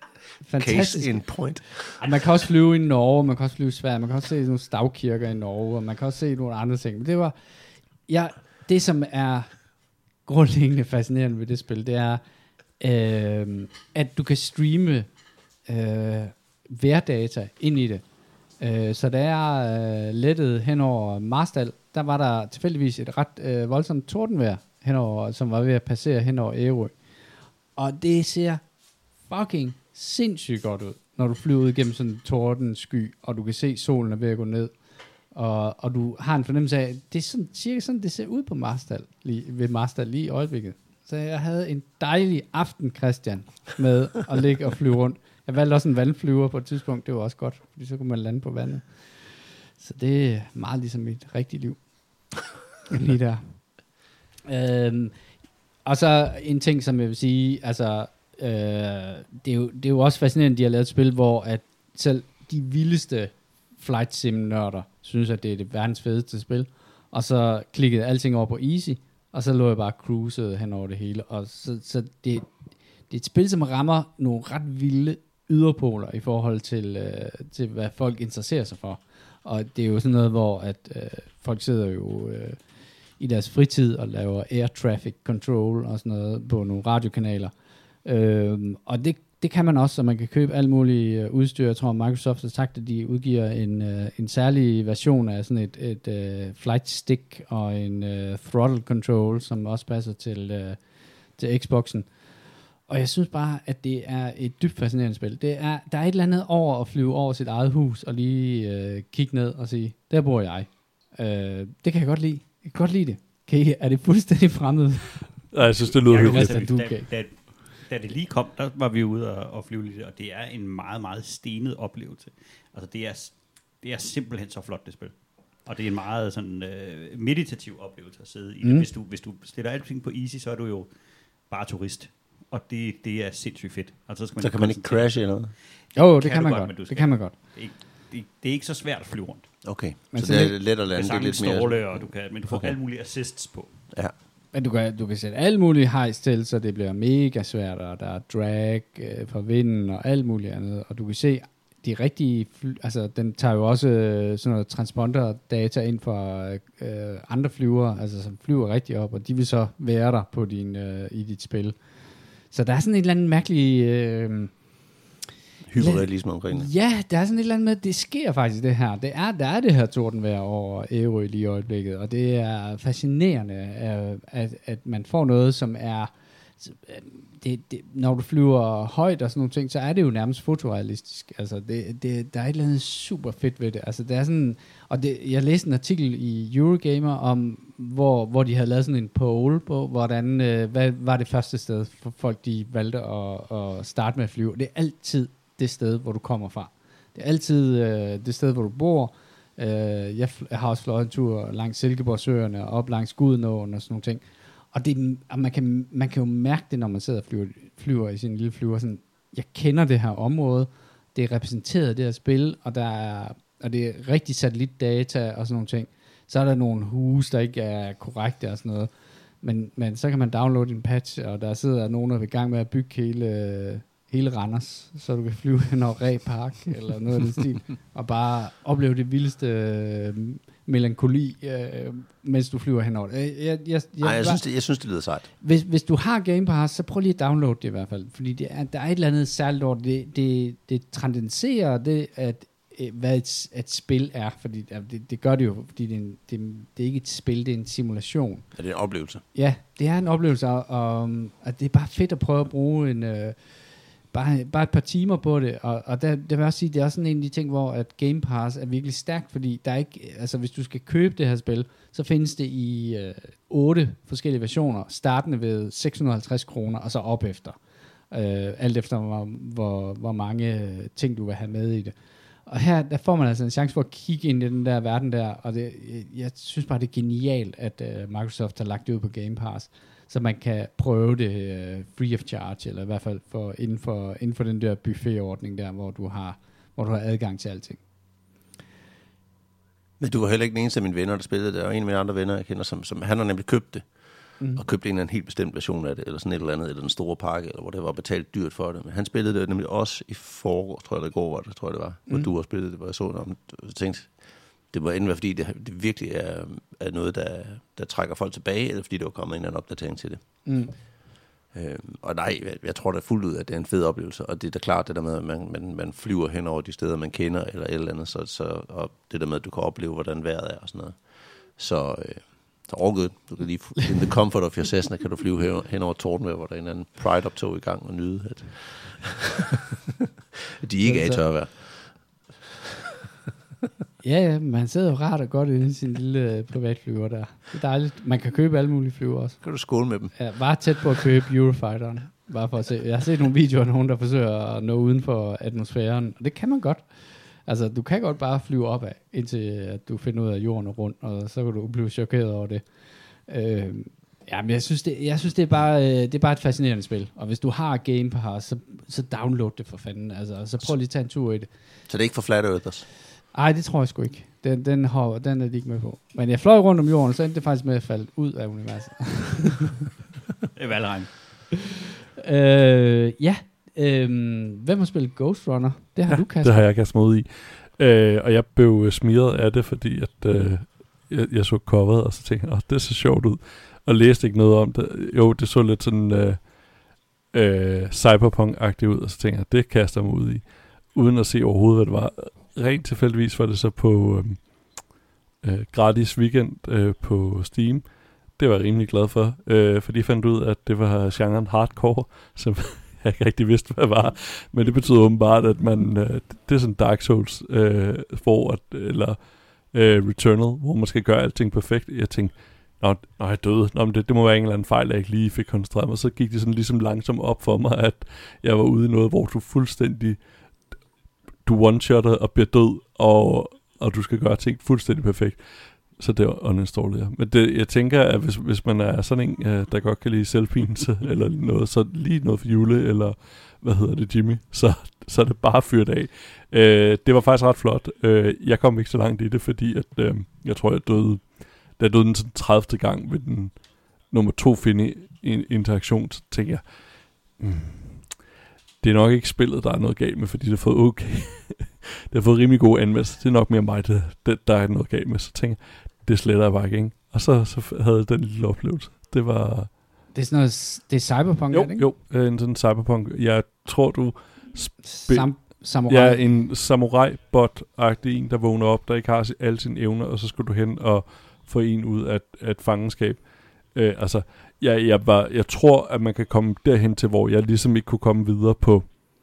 fantastisk. Case in point. Og man kan også flyve i Norge, man kan også flyve i Sverige, man kan også se nogle stavkirker i Norge, og man kan også se nogle andre ting. Men det var, ja, det som er grundlæggende fascinerende ved det spil, det er, øh, at du kan streame øh, værdata ind i det. Øh, så da jeg øh, lettede hen over Marstal, der var der tilfældigvis et ret øh, voldsomt tordenvejr henover, som var ved at passere hen over Ærø. Og det ser fucking sindssygt godt ud, når du flyver ud gennem sådan en tordensky, og du kan se solen er ved at gå ned, og, og du har en fornemmelse af, det er sådan, cirka sådan, det ser ud på Marstal, lige, ved Marstal lige i øjeblikket. Så jeg havde en dejlig aften, Christian, med at ligge og flyve rundt. Jeg valgte også en vandflyver på et tidspunkt, det var også godt, fordi så kunne man lande på vandet. Så det er meget ligesom mit rigtige liv. Lige der. Øhm, og så en ting, som jeg vil sige, altså, øh, det, er jo, det er jo også fascinerende, de har lavet et spil, hvor at selv de vildeste flight sim-nørder synes, at det er det verdens fedeste spil. Og så klikkede alting over på easy, og så lå jeg bare cruiset hen over det hele. Og så, så det, det er et spil, som rammer nogle ret vilde yderpoler i forhold til, øh, til hvad folk interesserer sig for. Og det er jo sådan noget, hvor at, øh, folk sidder jo øh, i deres fritid og laver air traffic control og sådan noget på nogle radiokanaler. Øh, og det, det kan man også, så man kan købe alt muligt øh, udstyr. Jeg tror, Microsoft har sagt, at de udgiver en, øh, en særlig version af sådan et, et øh, flight stick og en øh, throttle control, som også passer til, øh, til Xboxen. Og jeg synes bare, at det er et dybt fascinerende spil. Det er, der er et eller andet over at flyve over sit eget hus og lige øh, kigge ned og sige, der bor jeg. Øh, det kan jeg godt lide. Jeg kan godt lide det. Kan I, er det fuldstændig fremmed? Nej, jeg synes, det lyder hyggeligt. Da, da, da det lige kom, der var vi ude og, og flyve lidt, og det er en meget, meget stenet oplevelse. Altså, det er, det er simpelthen så flot, det spil. Og det er en meget sådan øh, meditativ oplevelse at sidde i det. Mm. Hvis du, hvis du stiller alting på easy, så er du jo bare turist. Og det, det er sindssygt fedt. Altså, så, skal man så kan man ikke crashe eller noget? Jo, det, det kan man godt. godt. Det kan man godt. Det er, det, det er ikke så svært at flyve rundt. Okay, men så, så det er let at lande. Det er lidt mere... Ståle, og du kan, men du får okay. alle mulige assists på. Ja. Men du kan, du kan sætte alle mulige hejs til, så det bliver mega svært, og der er drag øh, fra vinden og alt muligt andet. Og du kan se, de rigtige fly, altså den tager jo også øh, sådan noget transponder-data ind fra øh, andre flyvere, altså som flyver rigtig op, og de vil så være der på din, øh, i dit spil. Så der er sådan et eller andet mærkeligt... Øh, hyperrealisme omkring det. Ja, der er sådan et eller andet med, det sker faktisk det her. Det er, der er det her tordenvejr over Ærø lige i øjeblikket, og det er fascinerende, at, at man får noget, som er... Det, det, når du flyver højt og sådan nogle ting, så er det jo nærmest fotorealistisk. Altså, det, det, der er et eller andet super fedt ved det. Altså, det er sådan... Og det, jeg læste en artikel i Eurogamer om, hvor, hvor de havde lavet sådan en poll på, hvordan, øh, hvad var det første sted, for folk de valgte at, at starte med at flyve. Det er altid det sted, hvor du kommer fra. Det er altid øh, det sted, hvor du bor. Øh, jeg, f- jeg har også fløjet en tur langs Silkeborgsøerne og op langs Gudenåen og sådan nogle ting. Og, det, og man, kan, man kan jo mærke det, når man sidder og flyver, flyver i sin lille flyver. Sådan, jeg kender det her område. Det er repræsenteret, det her spil, og, der er, og det er rigtig satellitdata og sådan nogle ting. Så er der nogle huse, der ikke er korrekte og sådan noget. Men, men så kan man downloade en patch, og der sidder nogen, der er i gang med at bygge hele... hele Randers, så du kan flyve hen over Ræ Park, eller noget af den stil, og bare opleve det vildeste øh, melankoli, øh, mens du flyver henover. Jeg, jeg, jeg, jeg, Ej, jeg, synes, det, jeg synes, det lyder sejt. Hvis, hvis du har Game Pass, så prøv lige at downloade det i hvert fald, fordi det er, der er et eller andet særligt over det. Det, det transcenderer det, at hvad et, et spil er, fordi det, det gør det jo, fordi det er, en, det, det er ikke et spil, det er en simulation. Ja, det er en oplevelse. Ja, det er en oplevelse, og, og det er bare fedt at prøve at bruge en... Øh, Bare, bare et par timer på det, og, og der, der vil jeg også sige, det er også sådan en af de ting, hvor at Game Pass er virkelig stærkt, fordi der er ikke, altså hvis du skal købe det her spil, så findes det i øh, otte forskellige versioner, startende ved seks hundrede og halvtreds kroner, og så op efter. Øh, alt efter, hvor, hvor, hvor mange ting, du vil have med i det. Og her, der får man altså en chance for at kigge ind i den der verden der, og det, jeg, jeg synes bare, det er genialt, at øh, Microsoft har lagt det ud på Game Pass, så man kan prøve det uh, free of charge, eller i hvert fald for, inden, for, inden for den der buffetordning der, hvor du har, hvor du har adgang til alting. Men du var heller ikke den eneste af mine venner, der spillede det, og en af mine andre venner, jeg kender, som, som han har nemlig købt det. mm. og købte en eller anden helt bestemt version af det, eller sådan et eller andet, eller den store pakke, eller hvor det var betalt dyrt for det. Men han spillede det nemlig også i forår, tror jeg det går, var det, tror jeg det var, hvor mm. du også spillede det, hvor jeg så det om, og tænkte, det må enten være, fordi det, det virkelig er, er noget, der, der trækker folk tilbage, eller fordi det var kommet en eller anden opdatering til det. Mm. Øhm, og nej, jeg, jeg tror da fuldt ud, at det er en fed oplevelse, og det er da klart det der med, at man, man, man flyver hen over de steder, man kender, eller et eller andet, så, så, og det der med, at du kan opleve, hvordan vejret er og sådan noget. Så, øh, så all good. Du kan lige, in the comfort of your Cessna, kan du flyve hen, hen over Tordenvejr, hvor der er en anden Pride-optog i gang og nyde, at de ikke er i tørvejr. Ja, ja, man sidder jo rart og godt inde i sin lille privatflyver der. Det er dejligt. Man kan købe alle mulige flyver også. Kan du skåle med dem? Ja, bare tæt på at købe Eurofighteren. Bare for at se. Jeg har set nogle videoer af nogen, der forsøger at nå uden for atmosfæren. Og det kan man godt. Altså, du kan godt bare flyve opad, indtil at du finder ud af, at jorden er rundt, og så kan du blive chokeret over det. Øh, ja, men jeg synes, det, jeg synes det, er bare, det er bare et fascinerende spil. Og hvis du har Game Pass, så, så download det for fanden. Altså, så prøv lige at tage en tur i det. Så det er ikke for Flat Earthers? Ej, det tror jeg sgu ikke. Den, den, har, den er de ikke med på. Men jeg fløj rundt om jorden, så endte det faktisk med at falde ud af universet. Det er valgregn. øh, ja. Øh, hvem har spillet Ghost Runner? Det har ja, du kastet. Det har jeg kastet mig ud i. Øh, og jeg blev smiret af det, fordi at, øh, jeg, jeg så coveret, og så tænkte jeg, det ser sjovt ud. Og læste ikke noget om det. Jo, det så lidt sådan øh, øh, cyberpunk-agtigt ud, og så tænkte jeg, det kaster mig ud i. Uden at se overhovedet, hvad det var. Rent tilfældigvis var det så på øh, øh, gratis weekend øh, på Steam. Det var jeg rimelig glad for, øh, fordi jeg fandt ud af, at det var genren hardcore, som jeg ikke rigtig vidste, hvad det var. Men det betyder åbenbart, at man, øh, det er sådan Dark Souls øh, for, at, eller øh, Returnal, hvor man skal gøre alting perfekt. Jeg tænkte, nå, nå jeg døde. Nå, men det, det må være en eller anden fejl, jeg ikke lige fik koncentreret mig. Så gik det sådan ligesom langsomt op for mig, at jeg var ude i noget, hvor du fuldstændig du one-shotter og bliver død, og, og du skal gøre ting fuldstændig perfekt. Så det var uninstallet, ja. Men det, jeg tænker, at hvis, hvis man er sådan en, der godt kan lide selvpinelse, eller noget, så lige noget for Jule, eller hvad hedder det, Jimmy, så, så er det bare fyrt af. Øh, det var faktisk ret flot. Øh, jeg kom ikke så langt i det, fordi at, øh, jeg tror, jeg døde, da jeg døde den sådan tredivte gang ved den nummer to finde interaktion, så tænker jeg, mm, det er nok ikke spillet, der er noget galt med, fordi det har fået okay. det har fået rimelig gode anmeldelser. Det er nok mere mig, det, det, der er noget galt med. Så tænker jeg, det sletter jeg bare ikke. Og så, så havde jeg den lille oplevelse. Det var... Det er sådan noget, det er cyberpunk, jo, er det ikke? Jo, en sådan cyberpunk. Jeg tror, du... Spil- Sam- samurai. Ja, en samurai-bot-agtig en, der vågner op, der ikke har alle sine evner, og så skal du hen og få en ud af, af et fangenskab. Øh, altså... Jeg, jeg, var, jeg tror, at man kan komme derhen til, hvor jeg ligesom ikke kunne komme videre på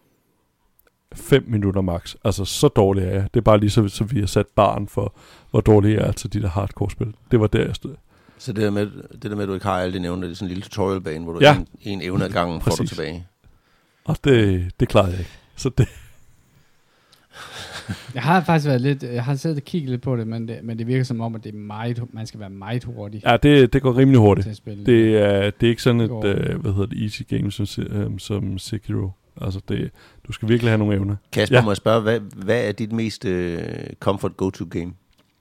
fem minutter max. Altså, så dårlig er jeg. Det er bare lige så, så vi har sat barn for, hvor dårlig jeg er til de der hardcore-spil. Det var der, jeg stod. Så det der med, det der med at du ikke har alle dine evner, det er sådan en lille tutorial-bane, hvor du ja. en, en evne ad gangen får du tilbage. Og det, det klarede jeg ikke. Så det... Jeg har faktisk været lidt, jeg har siddet og kigget lidt på det, men det, men det virker som om, at det er meget, man skal være meget hurtig. Ja, det, det går rimelig hurtigt. Det er, det er ikke sådan et, uh, hvad hedder det, easy game som, um, som Sekiro. Altså, det, du skal virkelig have nogle evner. Kasper, ja. Må jeg spørge, hvad, hvad er dit mest uh, comfort go-to game?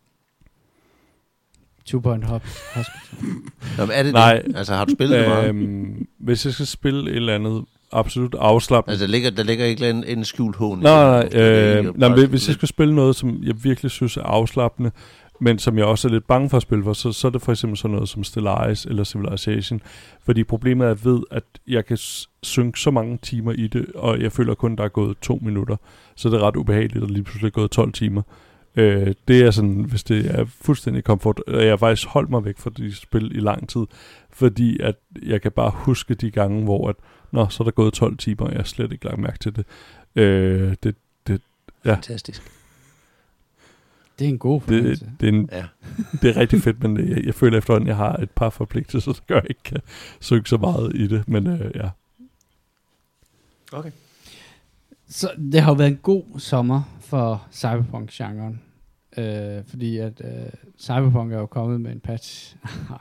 Two Point Hop Hospital. Nå, er det Nej, det? Altså, har du spillet det meget? Øhm, hvis jeg skal spille et eller andet absolut afslappende. Altså, der ligger, der ligger ikke en, en skjult hån. Nej, nej, øh, nej, hvis jeg skal spille noget, som jeg virkelig synes er afslappende, men som jeg også er lidt bange for at spille for, så, så er det for eksempel sådan noget som Stellaris eller Civilization. Fordi problemet er, at jeg ved, at jeg kan synke så mange timer i det, og jeg føler kun, der er gået to minutter. Så det er ret ubehageligt, at lige pludselig er gået tolv timer. Øh, det er sådan, hvis det er fuldstændig komfort, og jeg har faktisk holdt mig væk fra de spil i lang tid, fordi at jeg kan bare huske de gange, hvor at, nå, så er der gået tolv timer, og jeg har slet ikke lagt mærke til det. Øh, det, det ja. Fantastisk. Det er en god fornemmelse. Det, det, er en, ja. det er rigtig fedt, men jeg, jeg føler efterhånden, at jeg har et par forpligtelser, så gør jeg ikke kan synge så meget i det, men øh, ja. Okay. Så det har jo været en god sommer for cyberpunk-genren, øh, fordi at øh, cyberpunk er jo kommet med en patch.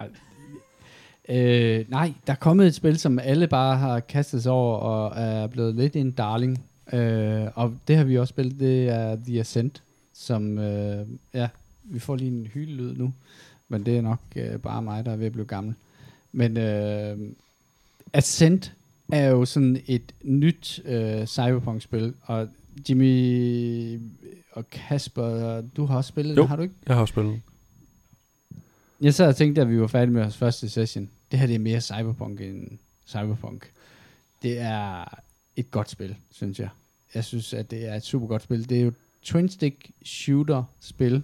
øh, nej, der er kommet et spil, som alle bare har kastet sig over og er blevet lidt en darling, øh, og det har vi også spillet, det er The Ascent, som, øh, ja, vi får lige en hylelyd nu, men det er nok øh, bare mig, der er ved at blive gammel. Men øh, Ascent er jo sådan et nyt øh, Cyberpunk-spil, og Jimmy og Kasper, du har også spillet jo, det, har du ikke? Jeg har også spillet. Jeg sad og tænkte, at vi var færdige med vores første session. Det her det er mere Cyberpunk end Cyberpunk. Det er et godt spil, synes jeg. Jeg synes, at det er et super godt spil. Det er jo twin-stick shooter-spil.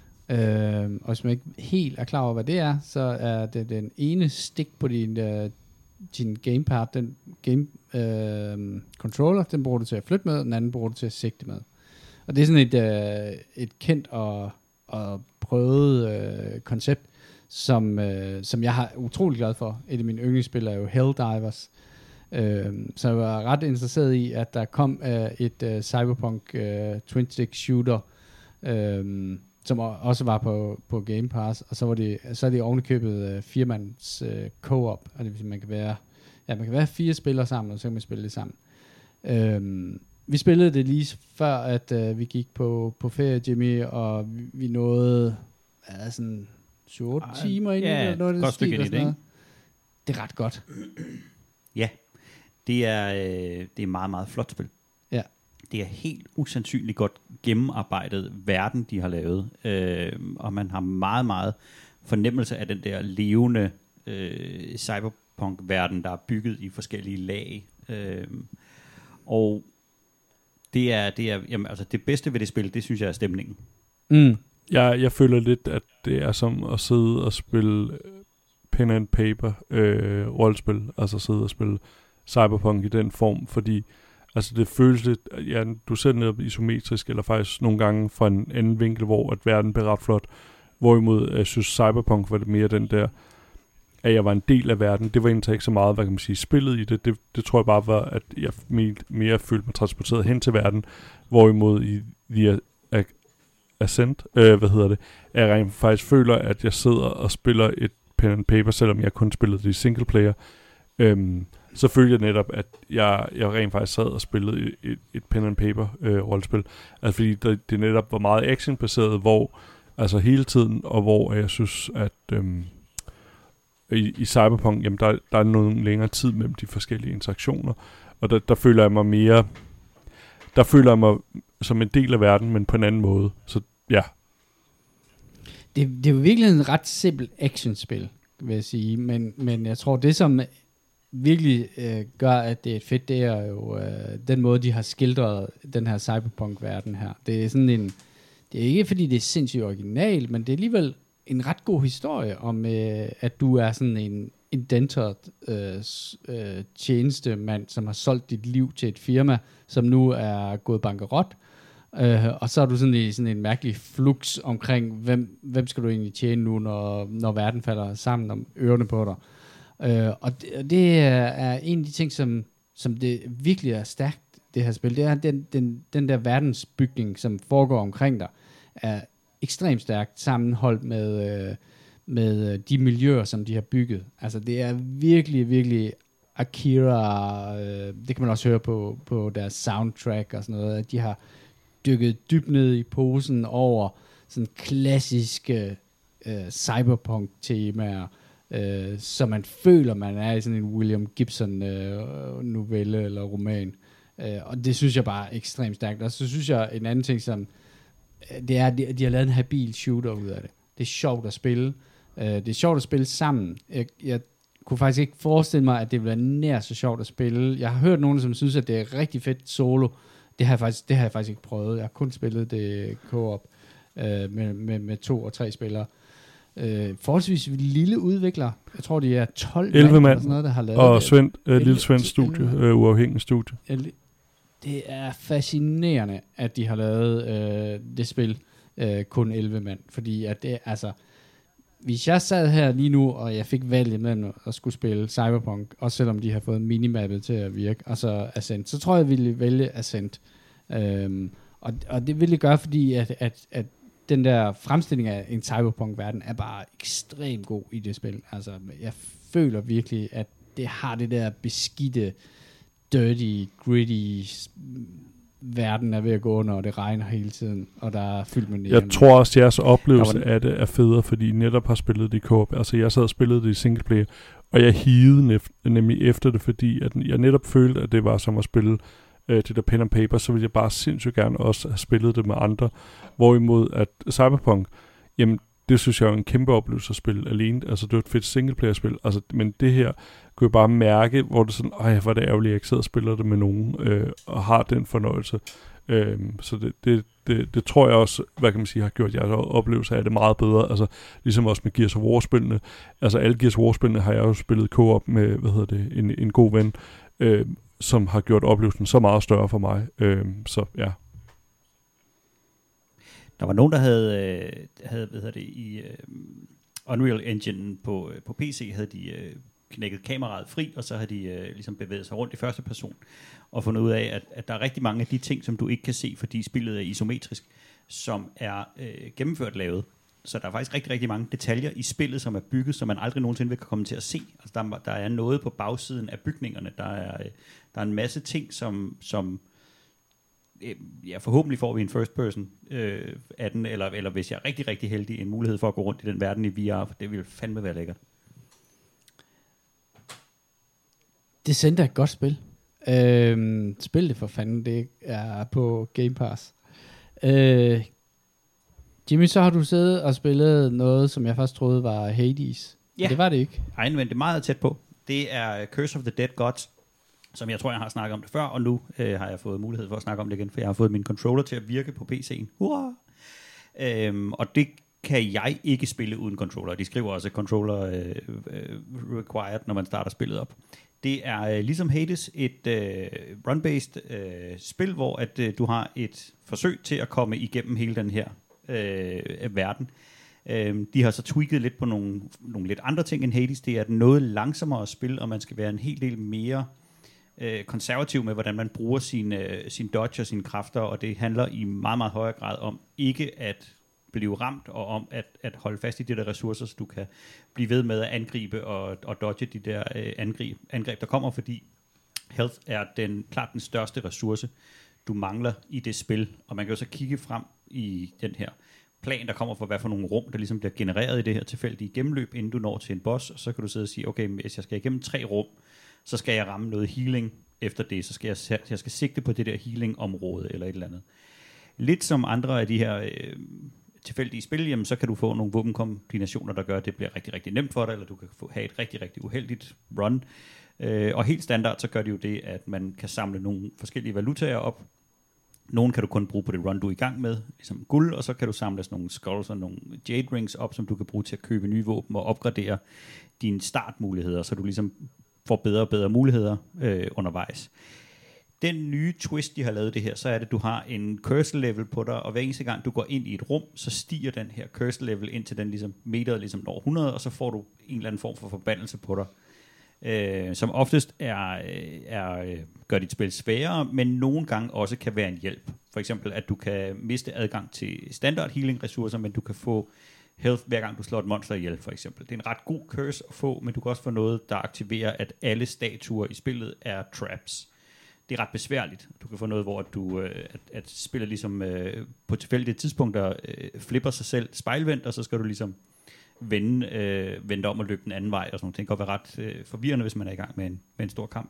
Øh, og hvis man ikke helt er klar over, hvad det er, så er det den ene stik på din, uh, din gamepad, den game uh, controller, den bruger du til at flytte med, den anden bruger du til at sigte med. Og det er sådan et, uh, et kendt og, og prøvet uh, koncept, som, uh, som jeg har utrolig glad for. Et af mine yndlingsspil er jo Helldivers. Uh, så jeg var ret interesseret i, at der kom uh, et uh, Cyberpunk uh, twin-stick shooter, uh, som også var på, på Game Pass, og så var det så er det ovenikøbet uh, firemands uh, co-op, og det vil sige, man kan være ja, man kan være fire spillere sammen, og så kan man spille det sammen. Øhm, vi spillede det lige før, at uh, vi gik på, på ferie, Jimmy, og vi, vi nåede ja, sådan syv otte timer ind i ja, det, noget godt stykke ind i det, det er ret godt. Ja, det er, øh, det er meget, meget flot spil. Ja. Det er helt usandsynligt godt gennemarbejdet verden, de har lavet. Øh, og man har meget, meget fornemmelse af den der levende øh, cyberpunk-verden, der er bygget i forskellige lag. Øh, og det er, det er jamen, altså det bedste ved det spil, det synes jeg er stemningen. Mm. Jeg, jeg føler lidt, at det er som at sidde og spille pen and paper øh, rollespil, altså sidde og spille cyberpunk i den form, fordi altså det føles lidt, ja, du ser netop isometrisk, eller faktisk nogle gange fra en anden vinkel, hvor at verden bliver ret flot, hvorimod jeg synes Cyberpunk var det mere den der, at jeg var en del af verden. Det var egentlig ikke så meget, hvad kan man sige, spillet i det. Det, det tror jeg bare var, at jeg mere følte mig transporteret hen til verden, hvorimod i The Ascent, øh, hvad hedder det, at jeg faktisk føler, at jeg sidder og spiller et pen and paper, selvom jeg kun spillede det i single player. Øhm, så følte jeg netop, at jeg, jeg rent faktisk sad og spillede et, et, et pen and paper øh, rollespil. Altså fordi det, det netop var meget actionbaseret, hvor altså hele tiden, og hvor jeg synes, at øhm, i, i Cyberpunk, jamen der, der er noget længere tid mellem de forskellige interaktioner, og der, der føler jeg mig mere, der føler jeg mig som en del af verden, men på en anden måde. Så ja. Det, det er jo virkelig en ret simpelt actionspil, vil jeg sige, men, men jeg tror, det som virkelig øh, gør, at det er fedt, det er jo øh, den måde, de har skildret den her cyberpunk-verden her. Det er sådan en, det er ikke fordi, det er sindssygt original, men det er alligevel en ret god historie om, øh, at du er sådan en indenturet øh, øh, tjenestemand, som har solgt dit liv til et firma, som nu er gået bankerot, øh, og så er du sådan i sådan en mærkelig flux omkring, hvem, hvem skal du egentlig tjene nu, når, når verden falder sammen om ørerne på dig. Uh, og det, det er en af de ting, som, som det virkelig er stærkt, det her spil, det er den, den, den der verdensbygning, som foregår omkring dig, er ekstremt stærkt sammenholdt med, uh, med de miljøer, som de har bygget. Altså det er virkelig, virkelig Akira, uh, det kan man også høre på, på deres soundtrack og sådan noget, at de har dykket dybt ned i posen over sådan klassiske uh, cyberpunk-temaer, Uh, så man føler, man er i sådan en William Gibson uh, novelle eller roman. Uh, og det synes jeg bare er ekstremt stærkt. Og så synes jeg, en anden ting, som uh, det er, at de, de har lavet en habil shooter ud af det. Det er sjovt at spille. Uh, det er sjovt at spille sammen. Jeg, jeg kunne faktisk ikke forestille mig, at det ville være nær så sjovt at spille. Jeg har hørt nogen, som synes, at det er rigtig fedt solo. Det har jeg faktisk, det har jeg faktisk ikke prøvet. Jeg har kun spillet det co-op uh, med, med, med to og tre spillere. Øh, forholdsvis lille udvikler. Jeg tror, de er tolv elleve mand, sådan noget, der har lavet og det. Svend, øh, Lille Svends studie, øh, uafhængig studie. Det er fascinerende, at de har lavet øh, det spil øh, kun elleve mand, fordi at det, altså, hvis jeg sad her lige nu, og jeg fik valget mellem at skulle spille Cyberpunk, også selvom de har fået minimappet til at virke, og så Ascent, så tror jeg, jeg ville vælge Ascent. Øhm, og, og det ville jeg gøre, fordi at, at, at den der fremstilling af en cyberpunk-verden er bare ekstremt god i det spil. Altså, jeg føler virkelig, at det har det der beskidte, dirty, gritty verden er ved at gå under, og det regner hele tiden, og der er fyldt med neon. Jeg tror også, at jeres oplevelse var... af det er federe, fordi I netop har spillet det i co-op. Altså, jeg sad og spillede det i singleplayer, og jeg higede nef- nemlig efter det, fordi at jeg netop følte, at det var som at spille øh, det der pen and paper, så ville jeg bare sindssygt gerne også have spillet det med andre. Hvorimod at Cyberpunk, jamen det synes jeg er en kæmpe oplevelse at spille alene. Altså det var et fedt singleplayer-spil, altså, men det her kunne jeg bare mærke, hvor det sådan, ej, hvor er det ærgerligt, at jeg ikke sidder og spiller det med nogen, øh, og har den fornøjelse. Øh, så det, det, det, det tror jeg også, hvad kan man sige, har gjort jeres oplevelse af det meget bedre. Altså ligesom også med Gears of War-spillene. Altså alle Gears of War-spillene har jeg jo spillet co-op med, hvad hedder det, en, en god ven, øh, som har gjort oplevelsen så meget større for mig. Øh, så ja. Der var nogen, der havde, øh, havde hvad hedder det, i øh, Unreal Engine på, øh, på P C, havde de øh, knækket kameraet fri, og så havde de øh, ligesom bevæget sig rundt i første person, og fundet ud af, at, at der er rigtig mange af de ting, som du ikke kan se, fordi spillet er isometrisk, som er øh, gennemført lavet. Så der er faktisk rigtig, rigtig mange detaljer i spillet, som er bygget, som man aldrig nogensinde vil komme til at se. Altså der, der er noget på bagsiden af bygningerne. Der er, øh, der er en masse ting, som... som ja, forhåbentlig får vi en first person øh, af den, eller, eller hvis jeg er rigtig, rigtig heldig, en mulighed for at gå rundt i den verden i V R, for det vil fandme være lækkert. Det sendte et godt spil. Øhm, spil det for fanden, det er på Game Pass. Øh, Jimmy, så har du siddet og spillet noget, som jeg først troede var Hades. Ja. Det var det ikke. Ej, men det er meget tæt på. Det er Curse of the Dead Gods, som jeg tror, jeg har snakket om det før, og nu øh, har jeg fået mulighed for at snakke om det igen, for jeg har fået min controller til at virke på P C'en. Hurra! Øhm, og det kan jeg ikke spille uden controller. De skriver også controller øh, øh, required, når man starter spillet op. Det er øh, ligesom Hades et øh, run-based øh, spil, hvor at øh, du har et forsøg til at komme igennem hele den her øh, verden. Øh, de har så tweaked lidt på nogle, nogle lidt andre ting end Hades. Det er et noget langsommere spil, og man skal være en hel del mere øh, konservativ med, hvordan man bruger sin, øh, sin dodge og sine kræfter, og det handler i meget, meget højere grad om ikke at blive ramt, og om at, at holde fast i de der ressourcer, så du kan blive ved med at angribe og, og dodge de der øh, angreb, angreb, der kommer, fordi health er den, klart den største ressource, du mangler i det spil, og man kan jo så kigge frem i den her plan, der kommer for, hvad for nogle rum, der ligesom bliver genereret i det her tilfældige gennemløb, inden du når til en boss, og så kan du sidde og sige, okay, hvis jeg skal igennem tre rum, så skal jeg ramme noget healing efter det, så skal jeg, jeg skal sigte på det der healing-område, eller et eller andet. Lidt som andre af de her øh, tilfældige spil, jamen, så kan du få nogle våbenkombinationer, der gør, at det bliver rigtig, rigtig nemt for dig, eller du kan få, have et rigtig, rigtig uheldigt run. Øh, og helt standard, så gør det jo det, at man kan samle nogle forskellige valutaer op. Nogle kan du kun bruge på det run, du er i gang med, ligesom guld, og så kan du samle sådan nogle skulls og nogle jade rings op, som du kan bruge til at købe nye våben og opgradere dine startmuligheder, så du ligesom får bedre og bedre muligheder øh, undervejs. Den nye twist, de har lavet det her, så er det, at du har en cursor level på dig, og hver eneste gang du går ind i et rum, så stiger den her cursor level ind til den ligesom meteret ligesom når hundrede, og så får du en eller anden form for forbandelse på dig, øh, som oftest er, er, gør dit spil sværere, men nogle gange også kan være en hjælp. For eksempel, at du kan miste adgang til standard healing ressourcer, men du kan få health, hver gang du slår et monster ihjel, for eksempel. Det er en ret god curse at få, men du kan også få noget, der aktiverer, at alle statuer i spillet er traps. Det er ret besværligt. Du kan få noget, hvor du, øh, at, at spillet ligesom øh, på tilfældige tidspunkter øh, flipper sig selv spejlvendt, og så skal du ligesom vende, øh, vende om og løbe den anden vej, og sådan noget. Det kan godt være ret øh, forvirrende, hvis man er i gang med en, med en stor kamp.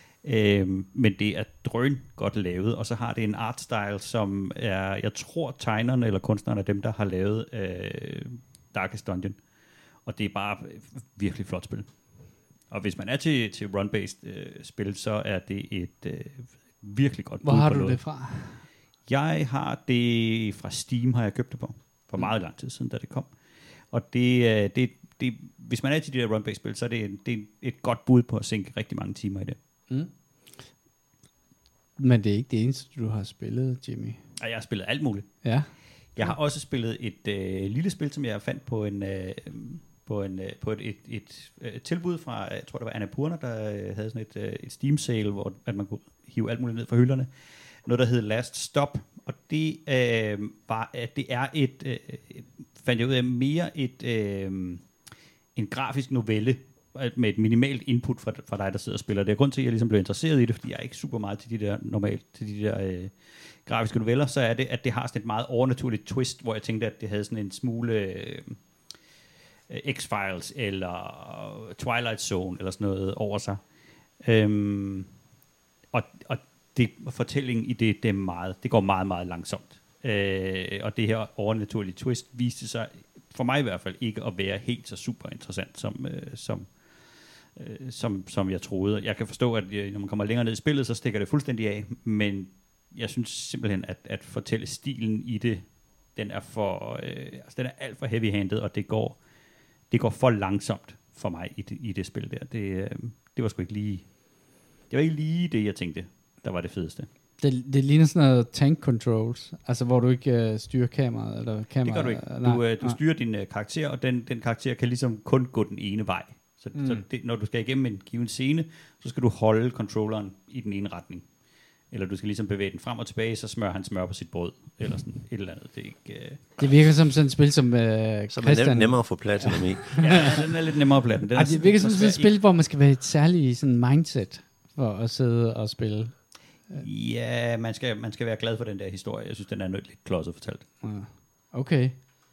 Øh, men det er drøn godt lavet, og så har det en artstyle, som er, jeg tror, tegnerne eller kunstnerne er dem, der har lavet øh, Darkest Dungeon. Og det er bare virkelig flot spil. Og hvis man er til, til run-based øh, spil, så er det et øh, virkelig godt Hvor bud har på du noget. det fra? Jeg har det fra Steam, har jeg købt det på. For meget lang tid siden, da det kom. Og det, øh, det, det, hvis man er til de der run-based spil, så er det, det er et godt bud på at sænke rigtig mange timer i det. Mm. Men det er ikke det eneste, du har spillet, Jimmy. Og jeg har spillet alt muligt. Ja. Jeg har også spillet et øh, lille spil, som jeg fandt på en... Øh, på, en, på et, et, et, et tilbud fra, jeg tror det var Annapurna, der øh, havde sådan et, øh, et Steam sale, hvor at man kunne hive alt muligt ned fra hylderne. Noget, der hed Last Stop, og det, øh, var, at det er et, øh, fandt jeg ud af, mere et, øh, en grafisk novelle, med et minimalt input fra, fra dig, der sidder og spiller. Det er grund til, at jeg ligesom blev interesseret i det, fordi jeg er ikke super meget til de der normalt, til de der øh, grafiske noveller, så er det, at det har sådan et meget overnaturligt twist, hvor jeg tænkte, at det havde sådan en smule... Øh, X-Files eller Twilight Zone eller sådan noget over sig. Øhm, og, og det, fortællingen i det, det er meget, det går meget, meget langsomt. Øh, og det her overnaturlige twist viste sig, for mig i hvert fald, ikke at være helt så super interessant, som, øh, som, øh, som, som jeg troede. Jeg kan forstå, at øh, når man kommer længere ned i spillet, så stikker det fuldstændig af, men jeg synes simpelthen, at, at fortælle stilen i det, den er for, øh, altså den er alt for heavy-handed, og det går, det går for langsomt for mig i det, i det spil der. Det, øh, det var sgu ikke lige, det var ikke lige det, jeg tænkte, der var det fedeste. Det, det ligner sådan noget tank controls, altså hvor du ikke øh, styrer kameraet, eller kameraet. Det gør du ikke. Du, øh, du styrer din øh, karakter, og den, den karakter kan ligesom kun gå den ene vej. Så, mm. så det, når du skal igennem en given scene, så skal du holde controlleren i den ene retning. Eller du skal ligesom bevæge den frem og tilbage, så smører han smør på sit brød, eller sådan et eller andet. Det, er ikke, øh... det virker som sådan et spil, som øh, Som er nem, nemmere at få platinum i. Ja, den er lidt nemmere platinum. Ej, det virker som sådan et spil, hvor man skal være et særligt sådan mindset for at sidde og spille. Ja, man skal, man skal være glad for den der historie. Jeg synes, den er lidt klodset fortalt. Okay.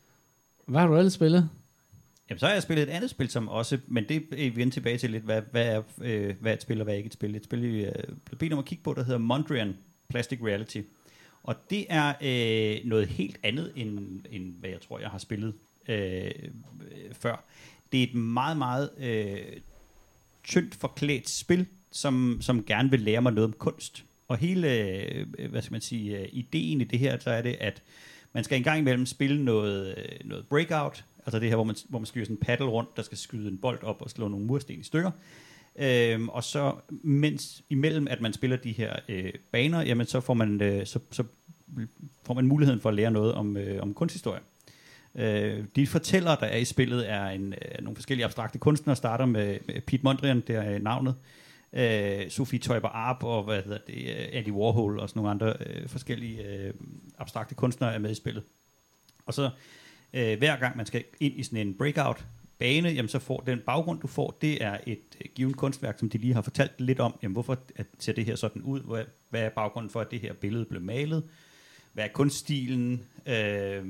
Hvad har du ellers spillet? Jamen, så har jeg spillet et andet spil, som også, men det er vi tilbage til lidt, hvad, hvad, er, øh, hvad er et spil, og hvad er ikke et spil. Et spil, vi øh, blev bedt om at kigge på, der hedder Mondrian Plastic Reality. Og det er øh, noget helt andet, end, end hvad jeg tror, jeg har spillet øh, før. Det er et meget, meget øh, tyndt forklædt spil, som, som gerne vil lære mig noget om kunst. Og hele, øh, hvad skal man sige, øh, ideen i det her, så er det, at man skal engang imellem spille noget, øh, noget breakout, altså det her, hvor man, hvor man skyder sådan en paddle rundt, der skal skyde en bold op og slå nogle mursten i stykker. Øhm, og så mens imellem, at man spiller de her øh, baner, jamen så får man, øh, så, så får man muligheden for at lære noget om, øh, om kunsthistorie. Øh, de fortællere, der er i spillet, er en, øh, nogle forskellige abstrakte kunstnere, starter med, med Piet Mondrian, der er navnet, øh, Sophie Teuber-Arp og hvad hedder det, Andy Warhol og sådan nogle andre øh, forskellige øh, abstrakte kunstnere er med i spillet. Og så øh, hver gang man skal ind i sådan en breakout bane, jamen så får den baggrund, du får, det er et øh, givet kunstværk, som de lige har fortalt lidt om, jamen hvorfor at, ser det her sådan ud, hvad, hvad er baggrunden for, at det her billede blev malet, hvad er kunststilen, øh,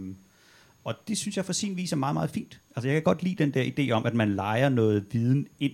og det synes jeg for sin vis er meget, meget fint. Altså jeg kan godt lide den der idé om, at man leger noget viden ind.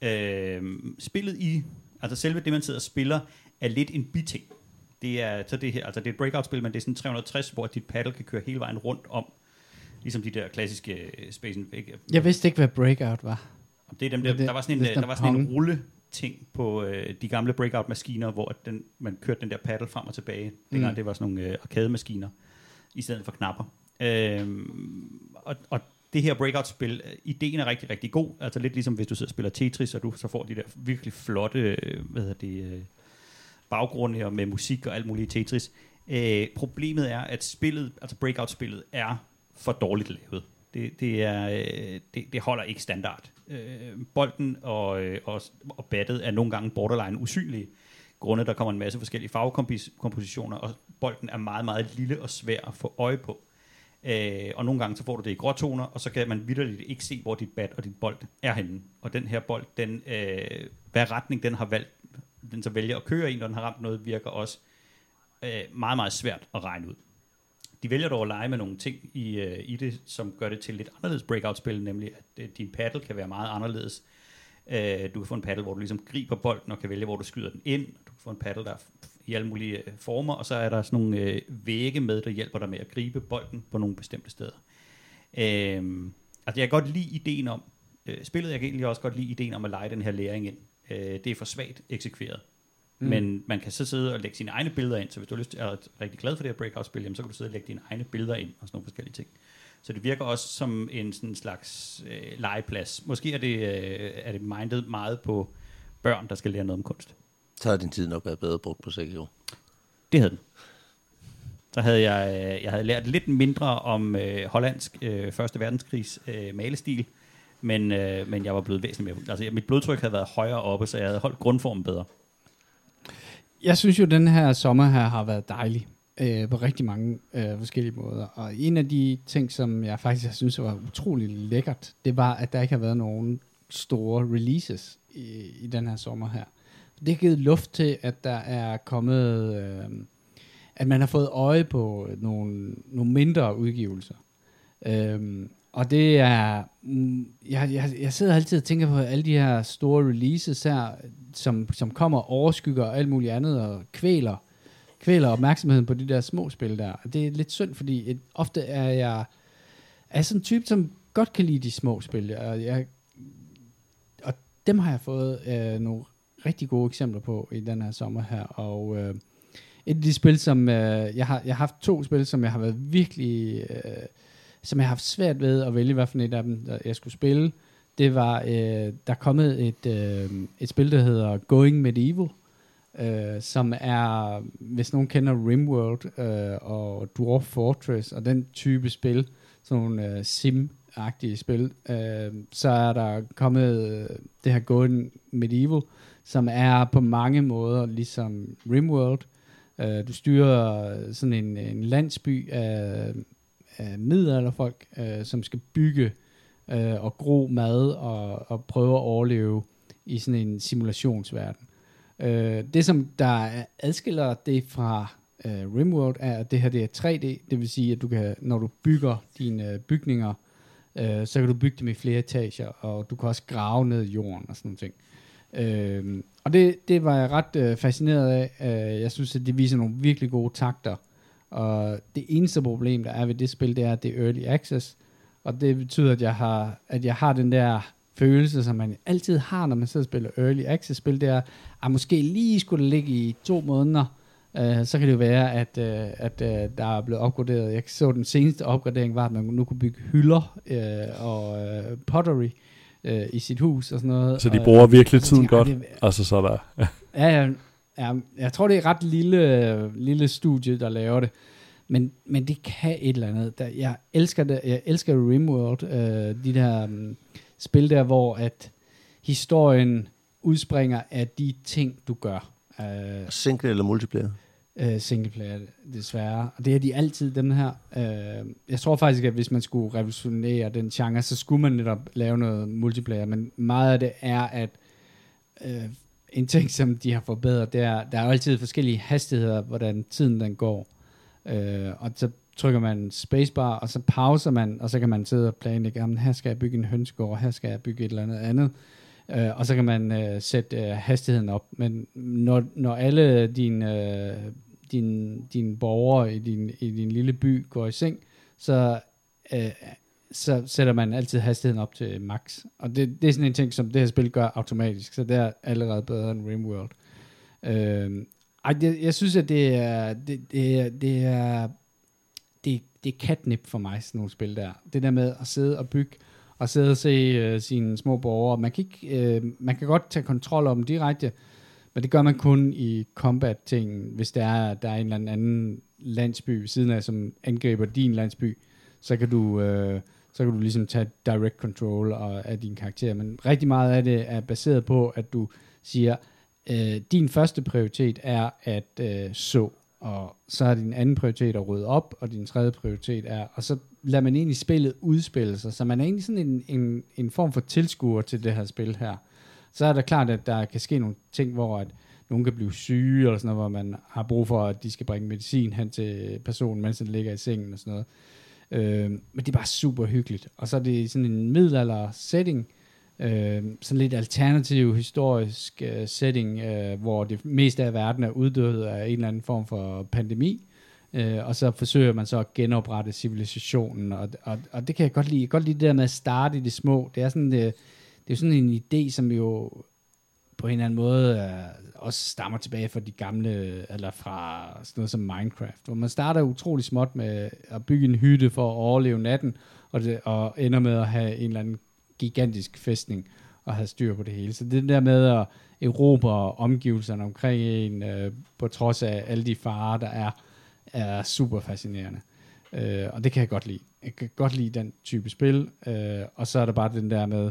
Øh, spillet i, altså selve det, man sidder og spiller, er lidt en biting. Det er, så det her, altså det er et breakout-spil, men det er sådan tre hundrede og tres, hvor dit paddle kan køre hele vejen rundt om, ligesom de der klassiske Space Invaders. Jeg vidste ikke, hvad breakout var. Det er dem der, der var sådan en, der var sådan en rulle-ting på øh, de gamle breakout-maskiner, hvor den, man kørte den der paddle frem og tilbage. Dengang mm. det var sådan nogle øh, arcade-maskiner, i stedet for knapper. Øh, og, og det her breakout-spil, ideen er rigtig, rigtig god. Altså lidt ligesom hvis du sidder og spiller Tetris, og du så får de der virkelig flotte hvad hedder det, baggrunde og med musik og alt muligt i Tetris. Øh, problemet er, at spillet, altså breakout-spillet, er for dårligt lavet. Det, det, er, det, det holder ikke standard. Øh, bolden og, og, og battet er nogle gange borderline usynlige, grundet der kommer en masse forskellige farvekompositioner, og bolden er meget, meget lille og svær at få øje på. Øh, og nogle gange så får du det i gråtoner, og så kan man vitterligt ikke se, hvor dit bat og dit bold er henne. Og den her bold, den, øh, hvad retning den har valgt, den så vælger at køre i, når den har ramt noget, virker også øh, meget, meget svært at regne ud. De vælger dog at lege med nogle ting i, øh, i det, som gør det til lidt anderledes breakout-spil, nemlig at øh, din paddle kan være meget anderledes. Øh, du kan få en paddle, hvor du ligesom griber bolden og kan vælge, hvor du skyder den ind. Du kan få en paddle, der er i alle mulige øh, former, og så er der sådan nogle øh, vægge med, der hjælper dig med at gribe bolden på nogle bestemte steder. Øh, altså jeg kan godt lide ideen om, øh, spillet, jeg kan egentlig også godt lide ideen om at lege den her læring ind. Øh, det er for svagt eksekveret. Mm. Men man kan så sidde og lægge sine egne billeder ind, så hvis du er, lyst, er rigtig glad for det her breakout-spil, jamen, så kan du sidde og lægge dine egne billeder ind og sådan nogle forskellige ting. Så det virker også som en sådan slags øh, legeplads. Måske er det, øh, er det mindet meget på børn, der skal lære noget om kunst. Så har din tid nok været bedre brugt på Sekiro. Det havde den. Så havde jeg, øh, jeg havde lært lidt mindre om øh, hollandsk øh, første verdenskrigs øh, malestil, men, øh, men jeg var blevet væsentligt mere. Altså mit blodtryk havde været højere oppe, så jeg havde holdt grundformen bedre. Jeg synes jo, at den her sommer her har været dejlig øh, på rigtig mange øh, forskellige måder. Og en af de ting, som jeg faktisk har synes var utrolig lækkert, det var, at der ikke har været nogen store releases i, i den her sommer her. Det har givet luft til, at der er kommet, øh, at man har fået øje på nogle, nogle mindre udgivelser. Øh, og det er, mm, jeg, jeg, jeg sidder altid og tænker på alle de her store releases her, som, som kommer og overskygger og alt muligt andet, og kvæler, kvæler opmærksomheden på de der små spil der. Og det er lidt synd, fordi et, ofte er jeg er sådan en type, som godt kan lide de små spil, og, jeg, og dem har jeg fået øh, nogle rigtig gode eksempler på i den her sommer her, og øh, et af de spil, som øh, jeg har, jeg har haft to spil, som jeg har været virkelig, øh, som jeg har haft svært ved at vælge, hvad for et af dem, der jeg skulle spille. Det var, øh, der er kommet et, øh, et spil, der hedder Going Medieval, øh, som er, hvis nogen kender Rimworld øh, og Dwarf Fortress og den type spil, sådan nogle øh, sim-agtige spil, øh, så er der kommet øh, det her Going Medieval, som er på mange måder ligesom Rimworld. Uh, du styrer sådan en, en landsby af, af middelalderfolk, uh, som skal bygge uh, og gro mad og, og prøve at overleve i sådan en simulationsverden. Uh, det, som der adskiller det fra uh, Rimworld, er, at det her det er tre D. Det vil sige, at du kan, når du bygger dine uh, bygninger, uh, så kan du bygge dem i flere etager, og du kan også grave ned i jorden og sådan nogle ting. Øh, og det, det var jeg ret øh, fascineret af. øh, Jeg synes, at det viser nogle virkelig gode takter. Og det eneste problem, der er ved det spil, det er, at det er early access. Og det betyder, at jeg har, at jeg har den der følelse, som man altid har, når man sidder og spiller early access spil, det er, at måske lige skulle det ligge i to måneder. øh, Så kan det jo være, at, øh, at øh, der er blevet opgraderet. Jeg så den seneste opgradering var, at man nu kunne bygge hylder øh, og øh, pottery øh, i sit hus og sådan noget. Så de bruger og, virkelig tiden tænker, godt, det, altså så der. ja, ja, ja, jeg tror, det er et ret lille, lille studie, der laver det. Men, men det kan et eller andet. Der, jeg elsker det. Jeg elsker Rimworld. Øh, de der um, spil der, hvor at historien udspringer af de ting, du gør. Øh, Single eller multiplayer? Uh, singleplayer, desværre. Og det er de altid, dem her. Uh, jeg tror faktisk, at hvis man skulle revolutionere den genre, så skulle man netop lave noget multiplayer. Men meget af det er, at uh, en ting, som de har forbedret, det er, der er jo altid forskellige hastigheder, hvordan tiden den går. Uh, og så trykker man spacebar, og så pauser man, og så kan man sidde og planlægge, jamen her skal jeg bygge en hønsegård, her skal jeg bygge et eller andet andet. Uh, og så kan man uh, sætte uh, hastigheden op. Men når, når alle dine... Uh, Dine, dine borgere i din, i din lille by går i seng, så, øh, så sætter man altid hastigheden op til max. Og det, det er sådan en ting, som det her spil gør automatisk, så det er allerede bedre end Rimworld. Øh, ej, det, jeg synes, at det er det, det er, det er det, det er catnip for mig, sådan nogle spil der. Det der med at sidde og bygge, og sidde og se øh, sine små borgere. Man kan, ikke, øh, man kan godt tage kontrol over dem direkte, men det gør man kun i combat-ting, hvis der er, der er en eller anden landsby ved siden af, som angriber din landsby, så kan du, øh, så kan du ligesom tage direct control af din karakter. Men rigtig meget af det er baseret på, at du siger, øh, din første prioritet er at øh, så, og så er din anden prioritet at rydde op, og din tredje prioritet er, og så lader man egentlig spillet udspille sig, så man er egentlig sådan en, en, en form for tilskuer til det her spil her. Så er det klart, at der kan ske nogle ting, hvor at nogen kan blive syge, eller sådan noget, hvor man har brug for, at de skal bringe medicin hen til personen, mens den ligger i sengen og sådan noget. Øh, men det er bare super hyggeligt. Og så er det sådan en middelalder setting, øh, sådan lidt alternativ historisk øh, setting, øh, hvor det meste af verden er uddød af en eller anden form for pandemi, øh, og så forsøger man så at genoprette civilisationen, og, og, og det kan jeg godt lide. Jeg kan godt lide det der med at starte i det små. Det er sådan, det, det er sådan en idé, som jo på en eller anden måde øh, også stammer tilbage fra de gamle, eller fra sådan noget som Minecraft, hvor man starter utrolig småt med at bygge en hytte for at overleve natten, og, det, og ender med at have en eller anden gigantisk fæstning og have styr på det hele. Så det der med at erobre omgivelserne omkring en, øh, på trods af alle de farer, der er, er super fascinerende. Øh, og det kan jeg godt lide. Jeg kan godt lide den type spil, øh, og så er der bare den der med,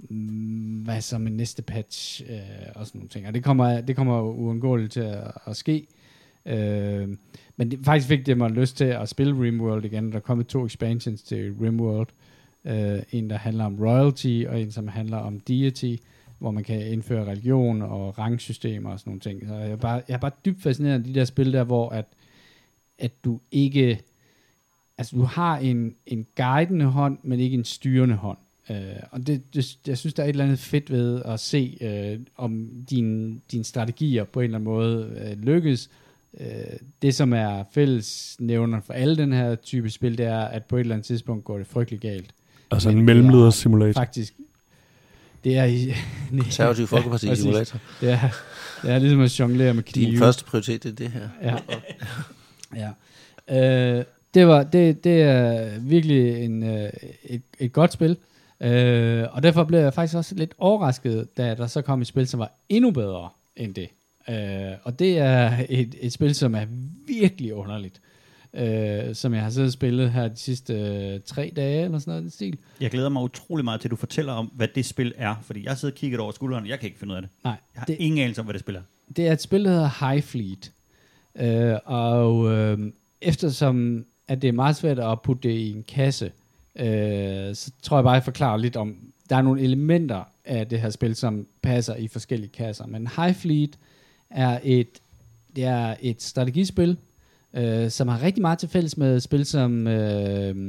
hvad så med næste patch øh, og sådan nogle ting. Og det kommer, det kommer uundgåeligt til at, at ske. Øh, men det, faktisk fik det mig lyst til at spille Rimworld igen. Der er kommet to expansions til Rimworld. Øh, en, der handler om royalty, og en, som handler om deity, hvor man kan indføre religion og rangsystemer og sådan nogle ting. Så jeg er bare, jeg er bare dybt fascineret af de der spil der, hvor at, at du ikke altså du har en, en guidende hånd, men ikke en styrende hånd. Uh, og det, det, jeg synes, der er et eller andet fedt ved at se, uh, om dine din strategier på en eller anden måde uh, lykkes. Uh, det, som er fællesnævner for alle den her type spil, det er, at på et eller andet tidspunkt går det frygtelig galt. Altså men en mellemleders simulator. Faktisk, det er... Konservativ Folkeparti simulator. Det er, det er ligesom at jonglere med knive. Din første prioritet, det er det her. Ja. ja. Uh, det, var, det, det er virkelig en, uh, et, et godt spil. Uh, og derfor blev jeg faktisk også lidt overrasket, da der så kom et spil, som var endnu bedre end det. Uh, og det er et, et spil, som er virkelig underligt. Uh, som jeg har siddet og spillet her de sidste uh, tre dage, eller sådan noget den stil. Jeg glæder mig utrolig meget til, at du fortæller om, hvad det spil er. Fordi jeg sidder og kigger over skulderen, og jeg kan ikke finde ud af det. Nej, jeg har det, ingen anelse om, hvad det spil er. Det er et spil, der hedder High Fleet. Uh, og uh, eftersom at det er meget svært at putte det i en kasse, uh, så tror jeg bare, jeg forklarer lidt om, der er nogle elementer af det her spil, som passer i forskellige kasser. Men High Fleet er et, det er et strategispil, øh, som har rigtig meget til fælles med spil som... Øh, øh,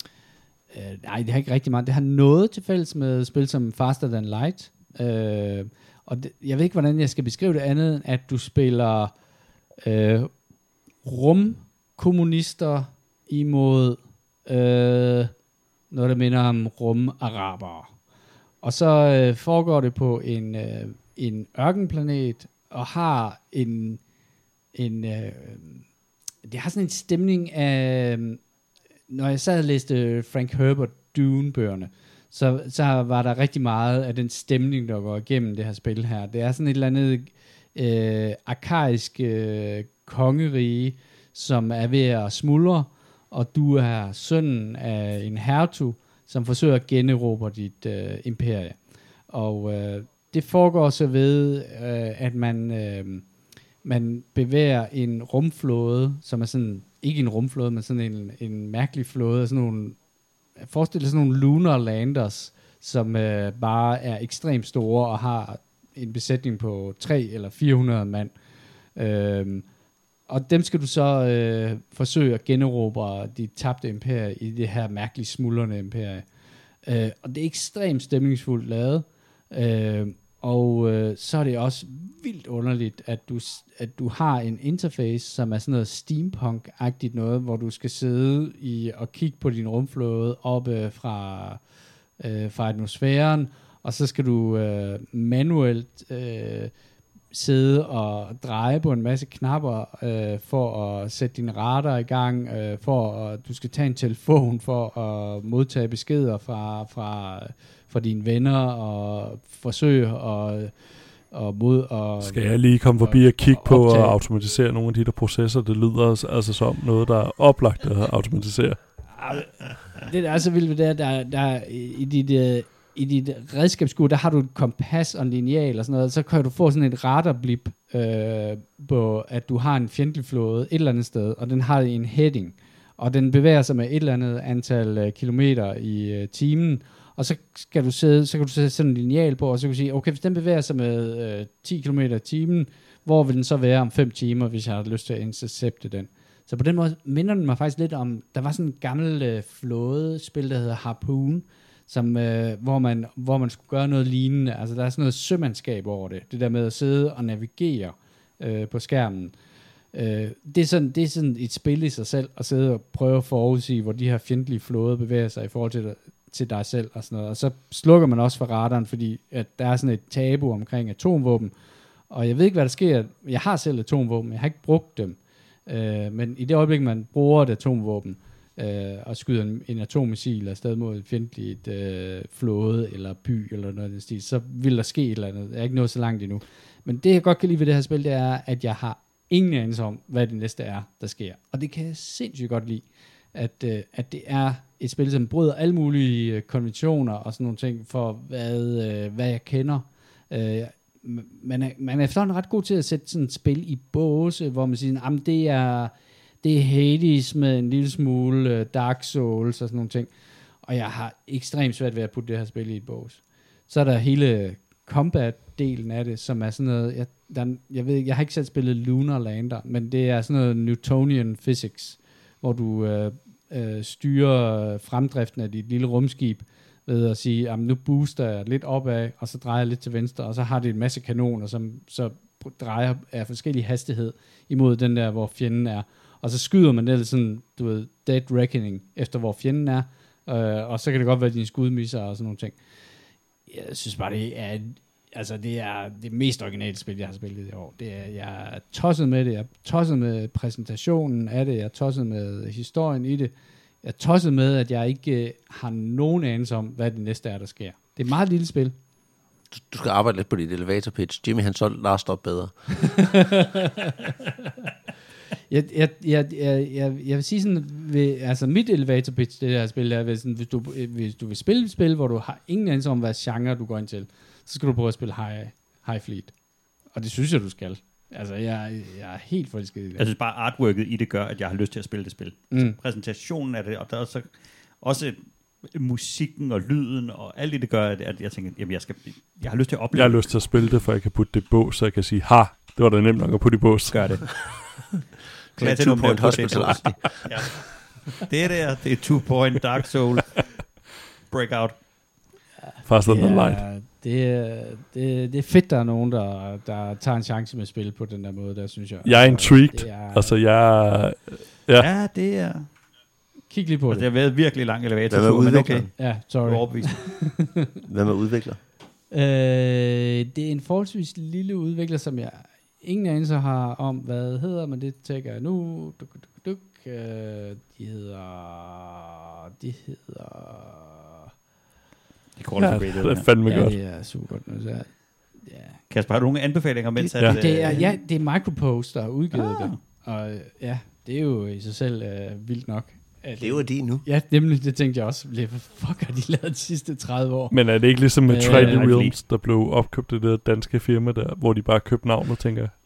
nej, det har ikke rigtig meget. Det har noget til fælles med spil som Faster Than Light. Øh, og det, jeg ved ikke, hvordan jeg skal beskrive det andet, end at du spiller øh, rumkommunister imod øh, noget, der minder om rumarabere. Og så øh, foregår det på en, øh, en ørkenplanet, og har en, en øh, det har sådan en stemning af, når jeg sad og læste Frank Herbert Dune-bøgerne, så, så var der rigtig meget af den stemning, der går igennem det her spil her. Det er sådan et eller andet øh, arkaisk øh, kongerige, som er ved at smuldre, og du er sønnen af en hertug, som forsøger at generobre dit øh, imperie. Og øh, det foregår så ved, øh, at man, øh, man bevæger en rumflåde, som er sådan, ikke en rumflåde, men sådan en, en mærkelig flåde, sådan nogle, forestil dig sådan nogle lunar landers, som øh, bare er ekstremt store og har en besætning på tre eller fire hundrede mand. Øh, og dem skal du så øh, forsøge at generobre de tabte imperier i det her mærkeligt smuldrende imperie. Øh, og det er ekstremt stemningsfuldt lavet. Øh, og øh, så er det også vildt underligt, at du, at du har en interface, som er sådan noget steampunk-agtigt noget, hvor du skal sidde i og kigge på din rumflåde oppe fra, øh, fra atmosfæren, og så skal du øh, manuelt øh, sidde og dreje på en masse knapper øh, for at sætte din radar i gang, øh, for at du skal tage en telefon for at modtage beskeder fra, fra, fra dine venner og forsøge at og mod og skal jeg lige komme forbi og kigge på og automatisere nogle af de der processer. Det lyder altså som noget, der er oplagt at automatisere. Det der er så vildt ved det, der, der i dit i dit redskabsskur, der har du et kompas og en lineal og sådan noget, så kan du få sådan et radarblip øh, på, at du har en fjendtlig flåde et eller andet sted, og den har en heading, og den bevæger sig med et eller andet antal øh, kilometer i øh, timen, og så skal du sidde, så kan du sætte sådan en lineal på, og så kan du sige, okay, hvis den bevæger sig med øh, ti kilometer i timen, hvor vil den så være om fem timer, hvis jeg har lyst til at intercepte den? Så på den måde minder den mig faktisk lidt om, der var sådan en gammel øh, flådespil, der hedder Harpoon, som, øh, hvor, man, hvor man skulle gøre noget lignende. Altså der er sådan noget sømandskab over det. Det der med at sidde og navigere øh, på skærmen. Øh, det, er sådan, det er sådan et spil i sig selv, at sidde og prøve at forudsige, hvor de her fjendtlige flåde bevæger sig i forhold til, til dig selv og sådan noget. Og så slukker man også for radaren, fordi at der er sådan et tabu omkring atomvåben. Og jeg ved ikke, hvad der sker. Jeg har selv atomvåben. Jeg har ikke brugt dem. Øh, men i det øjeblik, man bruger et atomvåben, Øh, og skyder en, en atommissil afsted mod et fjendtligt øh, flåde eller by eller noget af den stil, så vil der ske et eller andet. Jeg er ikke nået så langt endnu. Men det, jeg godt kan lide ved det her spil, det er, at jeg har ingen anelse om, hvad det næste er, der sker. Og det kan jeg sindssygt godt lide, at, øh, at det er et spil, som bryder alle mulige øh, konventioner og sådan nogle ting, for hvad, øh, hvad jeg kender. Øh, man, er, man er efterhånden ret god til at sætte sådan et spil i båse, hvor man siger, at det er... Det er Hades med en lille smule uh, Dark Souls og sådan nogle ting. Og jeg har ekstremt svært ved at putte det her spil i et bås. Så er der hele combat-delen af det, som er sådan noget... Jeg, der, jeg ved jeg har ikke selv spillet Lunar Lander, men det er sådan noget Newtonian physics, hvor du uh, øh, styre fremdriften af dit lille rumskib ved at sige, at nu booster jeg lidt opad, og så drejer jeg lidt til venstre, og så har det en masse kanoner, som så drejer af forskellige hastighed imod den der, hvor fjenden er. Og så skyder man det sådan, du ved, dead reckoning, efter hvor fjenden er, øh, og så kan det godt være, at dine skud misser og sådan nogle ting. Jeg synes bare, det er, altså det er det mest originale spil, jeg har spillet i år. Det er, jeg er tosset med det, jeg er tosset med præsentationen af det, jeg er tosset med historien i det, jeg er tosset med, at jeg ikke øh, har nogen anelse om, hvad det næste er, der sker. Det er et meget lille spil. Du, du skal arbejde lidt på dit elevator pitch. Jimmy, han solgte Last Stop bedre. jeg, jeg, jeg, jeg, jeg, jeg vil sige sådan, ved, altså mit elevator pitch, det her spil, er, sådan, hvis, du, hvis du vil spille et spil, hvor du har ingen anelse om, hvad genre du går ind til, så skal du prøve at spille High, high Fleet. Og det synes jeg, du skal. Altså, jeg, jeg er helt forelsket i det. Jeg synes bare, artworket i det gør, at jeg har lyst til at spille det spil. Mm. Altså, præsentationen af det, og der er så også musikken og lyden, og alt det, det gør, at jeg tænker, jamen, jeg, skal, jeg har lyst til at opleve Jeg har lyst til at spille det, for jeg kan putte det i bås, så jeg kan sige, ha, det var da nemt nok at putte i bås. Gør det. Det er two-point hospital-agtigt. Ja. Det der, det er two-point Dark Souls Breakout. Faster than light. Det, det, det er fedt, der er nogen, der, der tager en chance med at spille på den der måde, der synes jeg. Jeg er intrigued. Er, altså, jeg... Ja, ja det er... Kig lige på altså, det. Det har været virkelig lang elevator. Hvad med udvikler? Ja, sorry. Hvad med udvikler? Øh, det er en forholdsvis lille udvikler, som jeg ingen anelse har om, hvad hedder, men det tænker jeg nu. Duk, duk, duk. Øh, de hedder... De hedder... Det går ja, det er fandme ja, godt. det er super godt. Nu, så, ja. Kasper, har du nogle anbefalinger, mens det, at... Ja. Det er, ja, det er Micropost, der har udgivet ah. det. Og ja, det er jo i sig selv øh, vildt nok. Det er jo de nu. Ja, nemlig, det tænkte jeg også. Hvad fuck har de lavet de sidste tredive år? Men er det ikke ligesom med øh, Trident Realms, der blev opkøbt det der danske firma der, hvor de bare købte navnet, tænker jeg?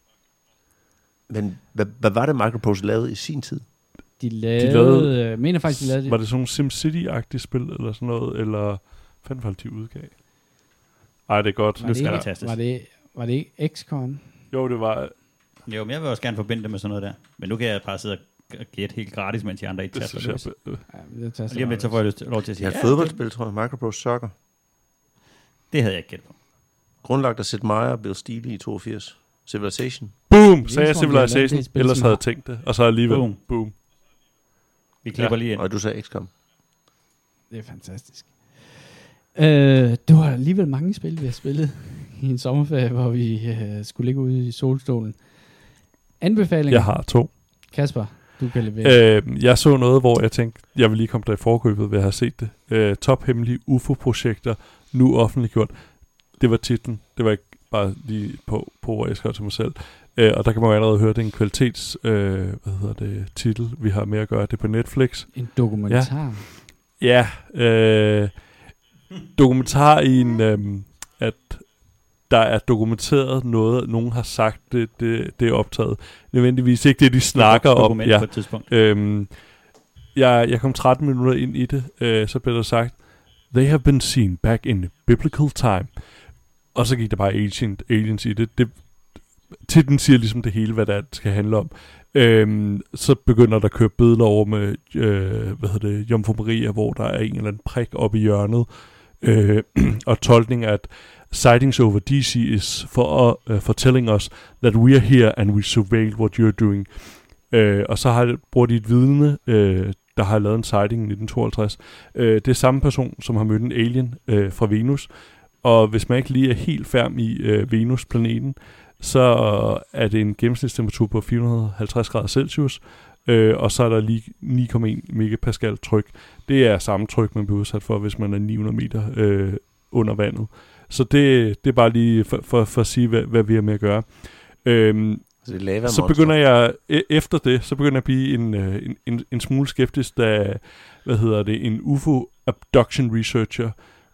Men hvad, hvad var det, Micropost lavede i sin tid? De lavede, de lavede øh, mener faktisk, de lavede... Var det sådan nogle SimCity-agtige spil, eller sådan noget, eller fanden var det, de udgav? Ej, det er godt. Var det, ikke, var det, var det ikke X COM? Jo, det var... Jo, men jeg vil også gerne forbinde det med sådan noget der. Men nu kan jeg bare sidde og gætte helt gratis, mens de andre ikke taster det. Jeg, øh. ja, det lige om lidt, så får jeg lyst, lov til at sige... Det er et fodboldspil, tror jeg. Micropost Soccer. Det havde jeg ikke gættet på. Grundlagt af Sid Meier og Bill Steele i toogfirs. Civilization. Boom! Sagde jeg Civilization, ellers havde jeg tænkt det. Og så alligevel, boom. boom. Vi klipper ja. lige ind. Og du sagde X COM. Det er fantastisk. Øh, det var alligevel mange spil, vi har spillet i en sommerferie, hvor vi øh, skulle ligge ude i solstolen. Anbefalinger? Jeg har to. Kasper, du kan levere. Øh, jeg så noget, hvor jeg tænkte, jeg vil lige komme der i forkøbet ved at have set det. Øh, tophemmelige U F O-projekter, nu offentliggjort. Det var titlen. Det var ikke bare lige på, på hvor jeg skrev til mig selv. Øh, og der kan man jo allerede høre, det er en kvalitets øh, hvad hedder det, titel, vi har med at gøre. Det er på Netflix. En dokumentar? Ja. ja øh, dokumentar i en, øh, at der er dokumenteret noget, nogen har sagt, det, det, det er optaget. Nødvendigvis ikke det, de snakker det om. Ja. På et tidspunkt. Øhm, jeg, jeg kom tretten minutter ind i det, øh, så blev der sagt, they have been seen back in biblical time. Og så gik der bare ancient, aliens i det. det titlen siger ligesom det hele, hvad det skal handle om. Øhm, så begynder der at køre billeder over med, øh, hvad hedder det, Jomfru Maria, hvor der er en eller anden prik oppe i hjørnet. Øh, og tolkning af, at sightings over D C is for, uh, for telling us that we are here and we surveil what you're doing. Uh, og så har, bruger de et vidne, uh, der har lavet en sighting i nitten tooghalvtreds. Uh, det er samme person, som har mødt en alien uh, fra Venus. Og hvis man ikke lige er helt færm i uh, Venus-planeten, så uh, er det en gennemsnitstemperatur på fire hundrede og halvtreds grader Celsius. Uh, og så er der lige ni komma en megapascal tryk. Det er samme tryk, man bliver udsat for, hvis man er ni hundrede meter uh, under vandet. Så det, det er bare lige for, for, for at sige, hvad, hvad vi har med at gøre. Øhm, så, så begynder jeg, e- efter det, så begynder jeg at blive en, en, en, en smule skeptisk, da, hvad hedder det, en U F O abduction researcher,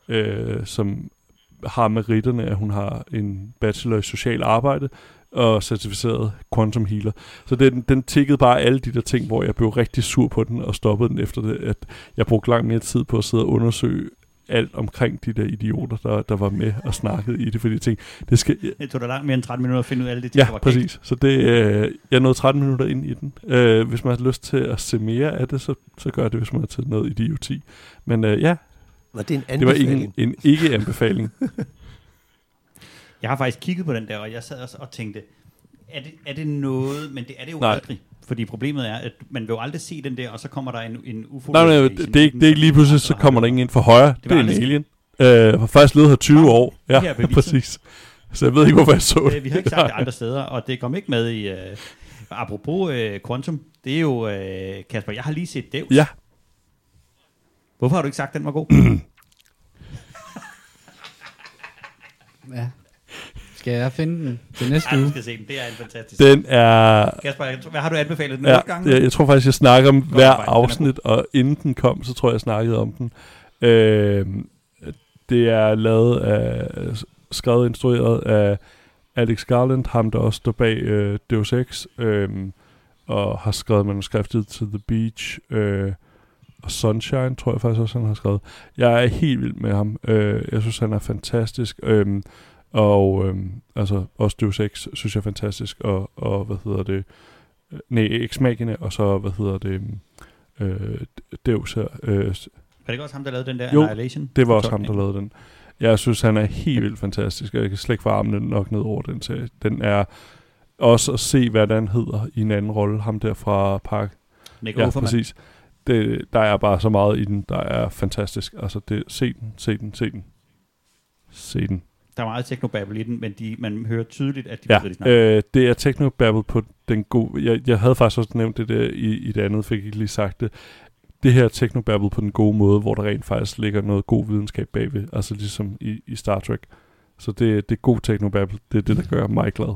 øh, som har meritterne, at hun har en bachelor i social arbejde, og certificeret quantum healer. Så den, den tikkede bare alle de der ting, hvor jeg blev rigtig sur på den, og stoppede den efter det, at jeg brugte langt mere tid på at sidde og undersøge alt omkring de der idioter, der, der var med og snakkede i det, fordi jeg tænkte, det skal... Det tog da langt mere end tretten minutter at finde ud af alle det, ja, der var præcis. Så det, øh, jeg nåede tretten minutter ind i den. Øh, hvis man har lyst til at se mere af det, så, så gør det, hvis man har taget noget idioti. Men øh, ja, var det, en det var ikke en ikke-anbefaling. Jeg har faktisk kigget på den der, og jeg sad også og tænkte, er det, er det noget, men det er det jo Nej. aldrig. Fordi problemet er, at man vil jo aldrig se den der, og så kommer der en, en U F O. Nej, nej, det, det, er ikke, det er ikke lige pludselig, så kommer der ingen ind for højre. Det, det er en alien. Øh, har faktisk levet her tyve år. Ja, præcis. Så jeg ved ikke, hvorfor jeg så det. Vi har ikke sagt det andre steder, og det kom ikke med i... Uh, apropos uh, Quantum, det er jo, uh, Kasper, jeg har lige set Deus. Ja. Hvorfor har du ikke sagt, den var god? Ja. Skal jeg finde den til næste uge? uge? Du skal se den, det er en fantastisk. Den er... Kasper, hvad har du anbefalet den ja, otte gange? Jeg, jeg tror faktisk, jeg snakker om Godt, hver afsnit, og inden den kom, så tror jeg, jeg snakkede om den. Øh, det er lavet af, skrevet og instrueret af Alex Garland, ham der også står bag øh, Deus Ex, øh, og har skrevet manuskriptet til The Beach, øh, og Sunshine, tror jeg faktisk også, han har skrevet. Jeg er helt vild med ham. Øh, jeg synes, han er fantastisk. Øh, og øh, altså også Deus Ex synes jeg er fantastisk. Og, og hvad hedder det? Nej, Ex Machina, og så, hvad hedder det? Øh, Deus her. Øh, var det ikke også ham, der lavede den der jo, Annihilation? Det var også ham, der lavede den. Jeg synes, han er helt vildt fantastisk, og jeg kan slet ikke få armene nok ned over den serie. Den er også at se, hvad den hedder i en anden rolle. Ham der fra Park. Nick ja, Offerman. Præcis. Det, der er bare så meget i den, der er fantastisk. Altså, det, se den, se den, se den. Se den. Der er meget technobabble i den, men de, man hører tydeligt, at de ja, ved, de snakker. Øh, det er technobabble på den gode... Jeg, jeg havde faktisk også nævnt det der i, i det andet, fik ikke lige sagt det. Det her technobabble på den gode måde, hvor der rent faktisk ligger noget god videnskab bagved. Altså ligesom i, i Star Trek. Så det, det er god technobabble. Det er det, der gør mig glad.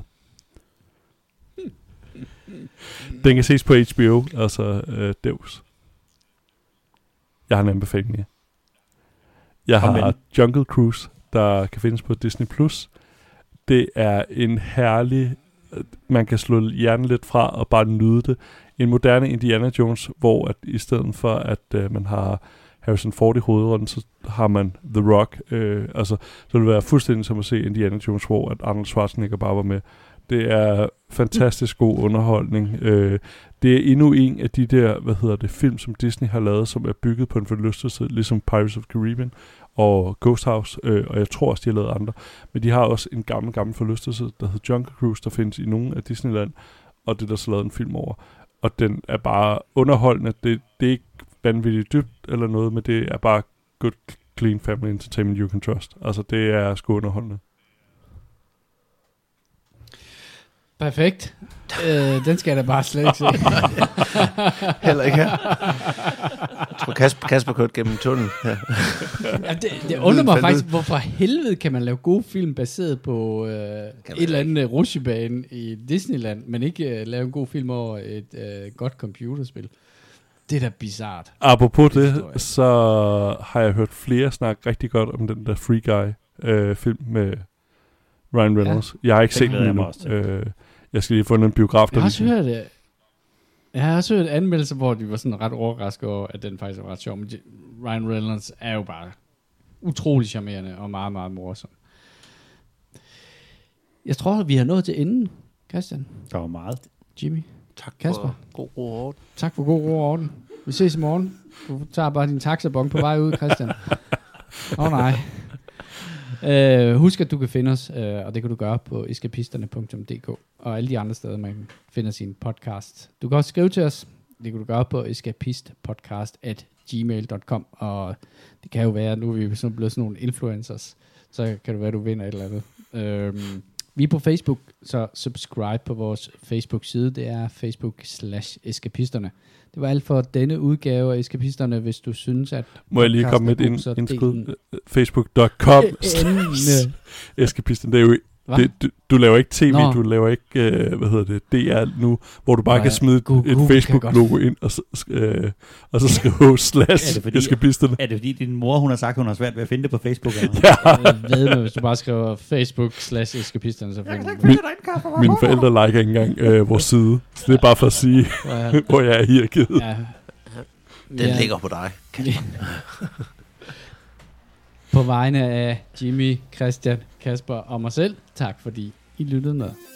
Den kan ses på H B O, altså øh, Deus. Jeg har en anbefaling mere. Jeg har Amen. Jungle Cruise, der kan findes på Disney Plus. Det er en herlig... Man kan slå hjernen lidt fra og bare nyde det. En moderne Indiana Jones, hvor at i stedet for, at øh, man har Harrison Ford i hovedrollen, så har man The Rock. Øh, altså, så vil det være fuldstændig som at se Indiana Jones, hvor at Arnold Schwarzenegger bare var med. Det er fantastisk god underholdning. Øh, det er endnu en af de der, hvad hedder det, film, som Disney har lavet, som er bygget på en forlystelse, ligesom Pirates of the Caribbean og Ghost House, øh, og jeg tror også, de har lavet andre. Men de har også en gammel, gammel forlystelse, der hedder Jungle Cruise, der findes i nogle af Disneyland, og det der så lavet en film over. Og den er bare underholdende. Det, det er ikke vanvittigt dybt eller noget, men det er bare good, clean family entertainment you can trust. Altså, det er sgu underholdende. Perfekt. øh, den skal jeg da bare slet ikke se. Heller ikke her. Jeg tror, Kasper, Kasper kørte gennem tunnelen. Ja. Ja, det, det undrer mig faktisk, hvorfor helvede kan man lave gode film baseret på øh, et eller andet rutsjebane i Disneyland, men ikke øh, lave en god film over et øh, godt computerspil. Det er da bizart. Apropos det, historie. Så har jeg hørt flere snakke rigtig godt om den der Free Guy øh, film med Ryan Reynolds. Ja, jeg har ikke set den endnu. Øh, jeg skal lige få en biograf. Jeg har også hørt det. Jeg har også hørt anmeldelser, hvor de var sådan ret overrasket over, at den faktisk var ret sjov. Men Ryan Reynolds er jo bare utrolig charmerende og meget, meget morsom. Jeg tror, vi har nået til enden, Christian. Der var meget. Jimmy. Tak Kasper. for god ro og orden. Tak for god ro og orden. Vi ses i morgen. Du tager bare din taxabon på vej ud, Christian. Åh oh, nej. Uh, husk, at du kan finde os, uh, og det kan du gøre på eskapisterne punktum d k og alle de andre steder, man finder sin podcast. Du kan også skrive til os. Det kan du gøre på eskapistpodcast at gmail punktum com, og det kan jo være, at nu er vi sådan blevet sådan nogle influencers, så kan det være, at du vinder et eller andet. Uh, vi er på Facebook, så subscribe på vores Facebook-side. Det er facebook slash eskapisterne. Det var alt for denne udgave af Eskapisterne, hvis du synes, at... Må jeg lige komme med et indskud? facebook punktum com Eskapisterne, det er jo... Det, du, du laver ikke tv, Nå. du laver ikke, øh, hvad hedder det, D R nu, hvor du bare Nå, kan smide Google, et Facebook-logo ind, og så, øh, og så skrive slash Eskapisterne. Er det fordi, din mor, hun har sagt, hun har svært ved at finde det på Facebook? Ja. Jeg ved nu, hvis du bare skriver Facebook slash Eskapisterne, så finder du Min, mine forældre liker ikke engang øh, vores side, så det er bare for at sige, ja. hvor jeg er hierarkiet. Ja. Den ja. ligger på dig. På vegne af Jimmy, Christian, Kasper og mig selv, tak fordi I lyttede med.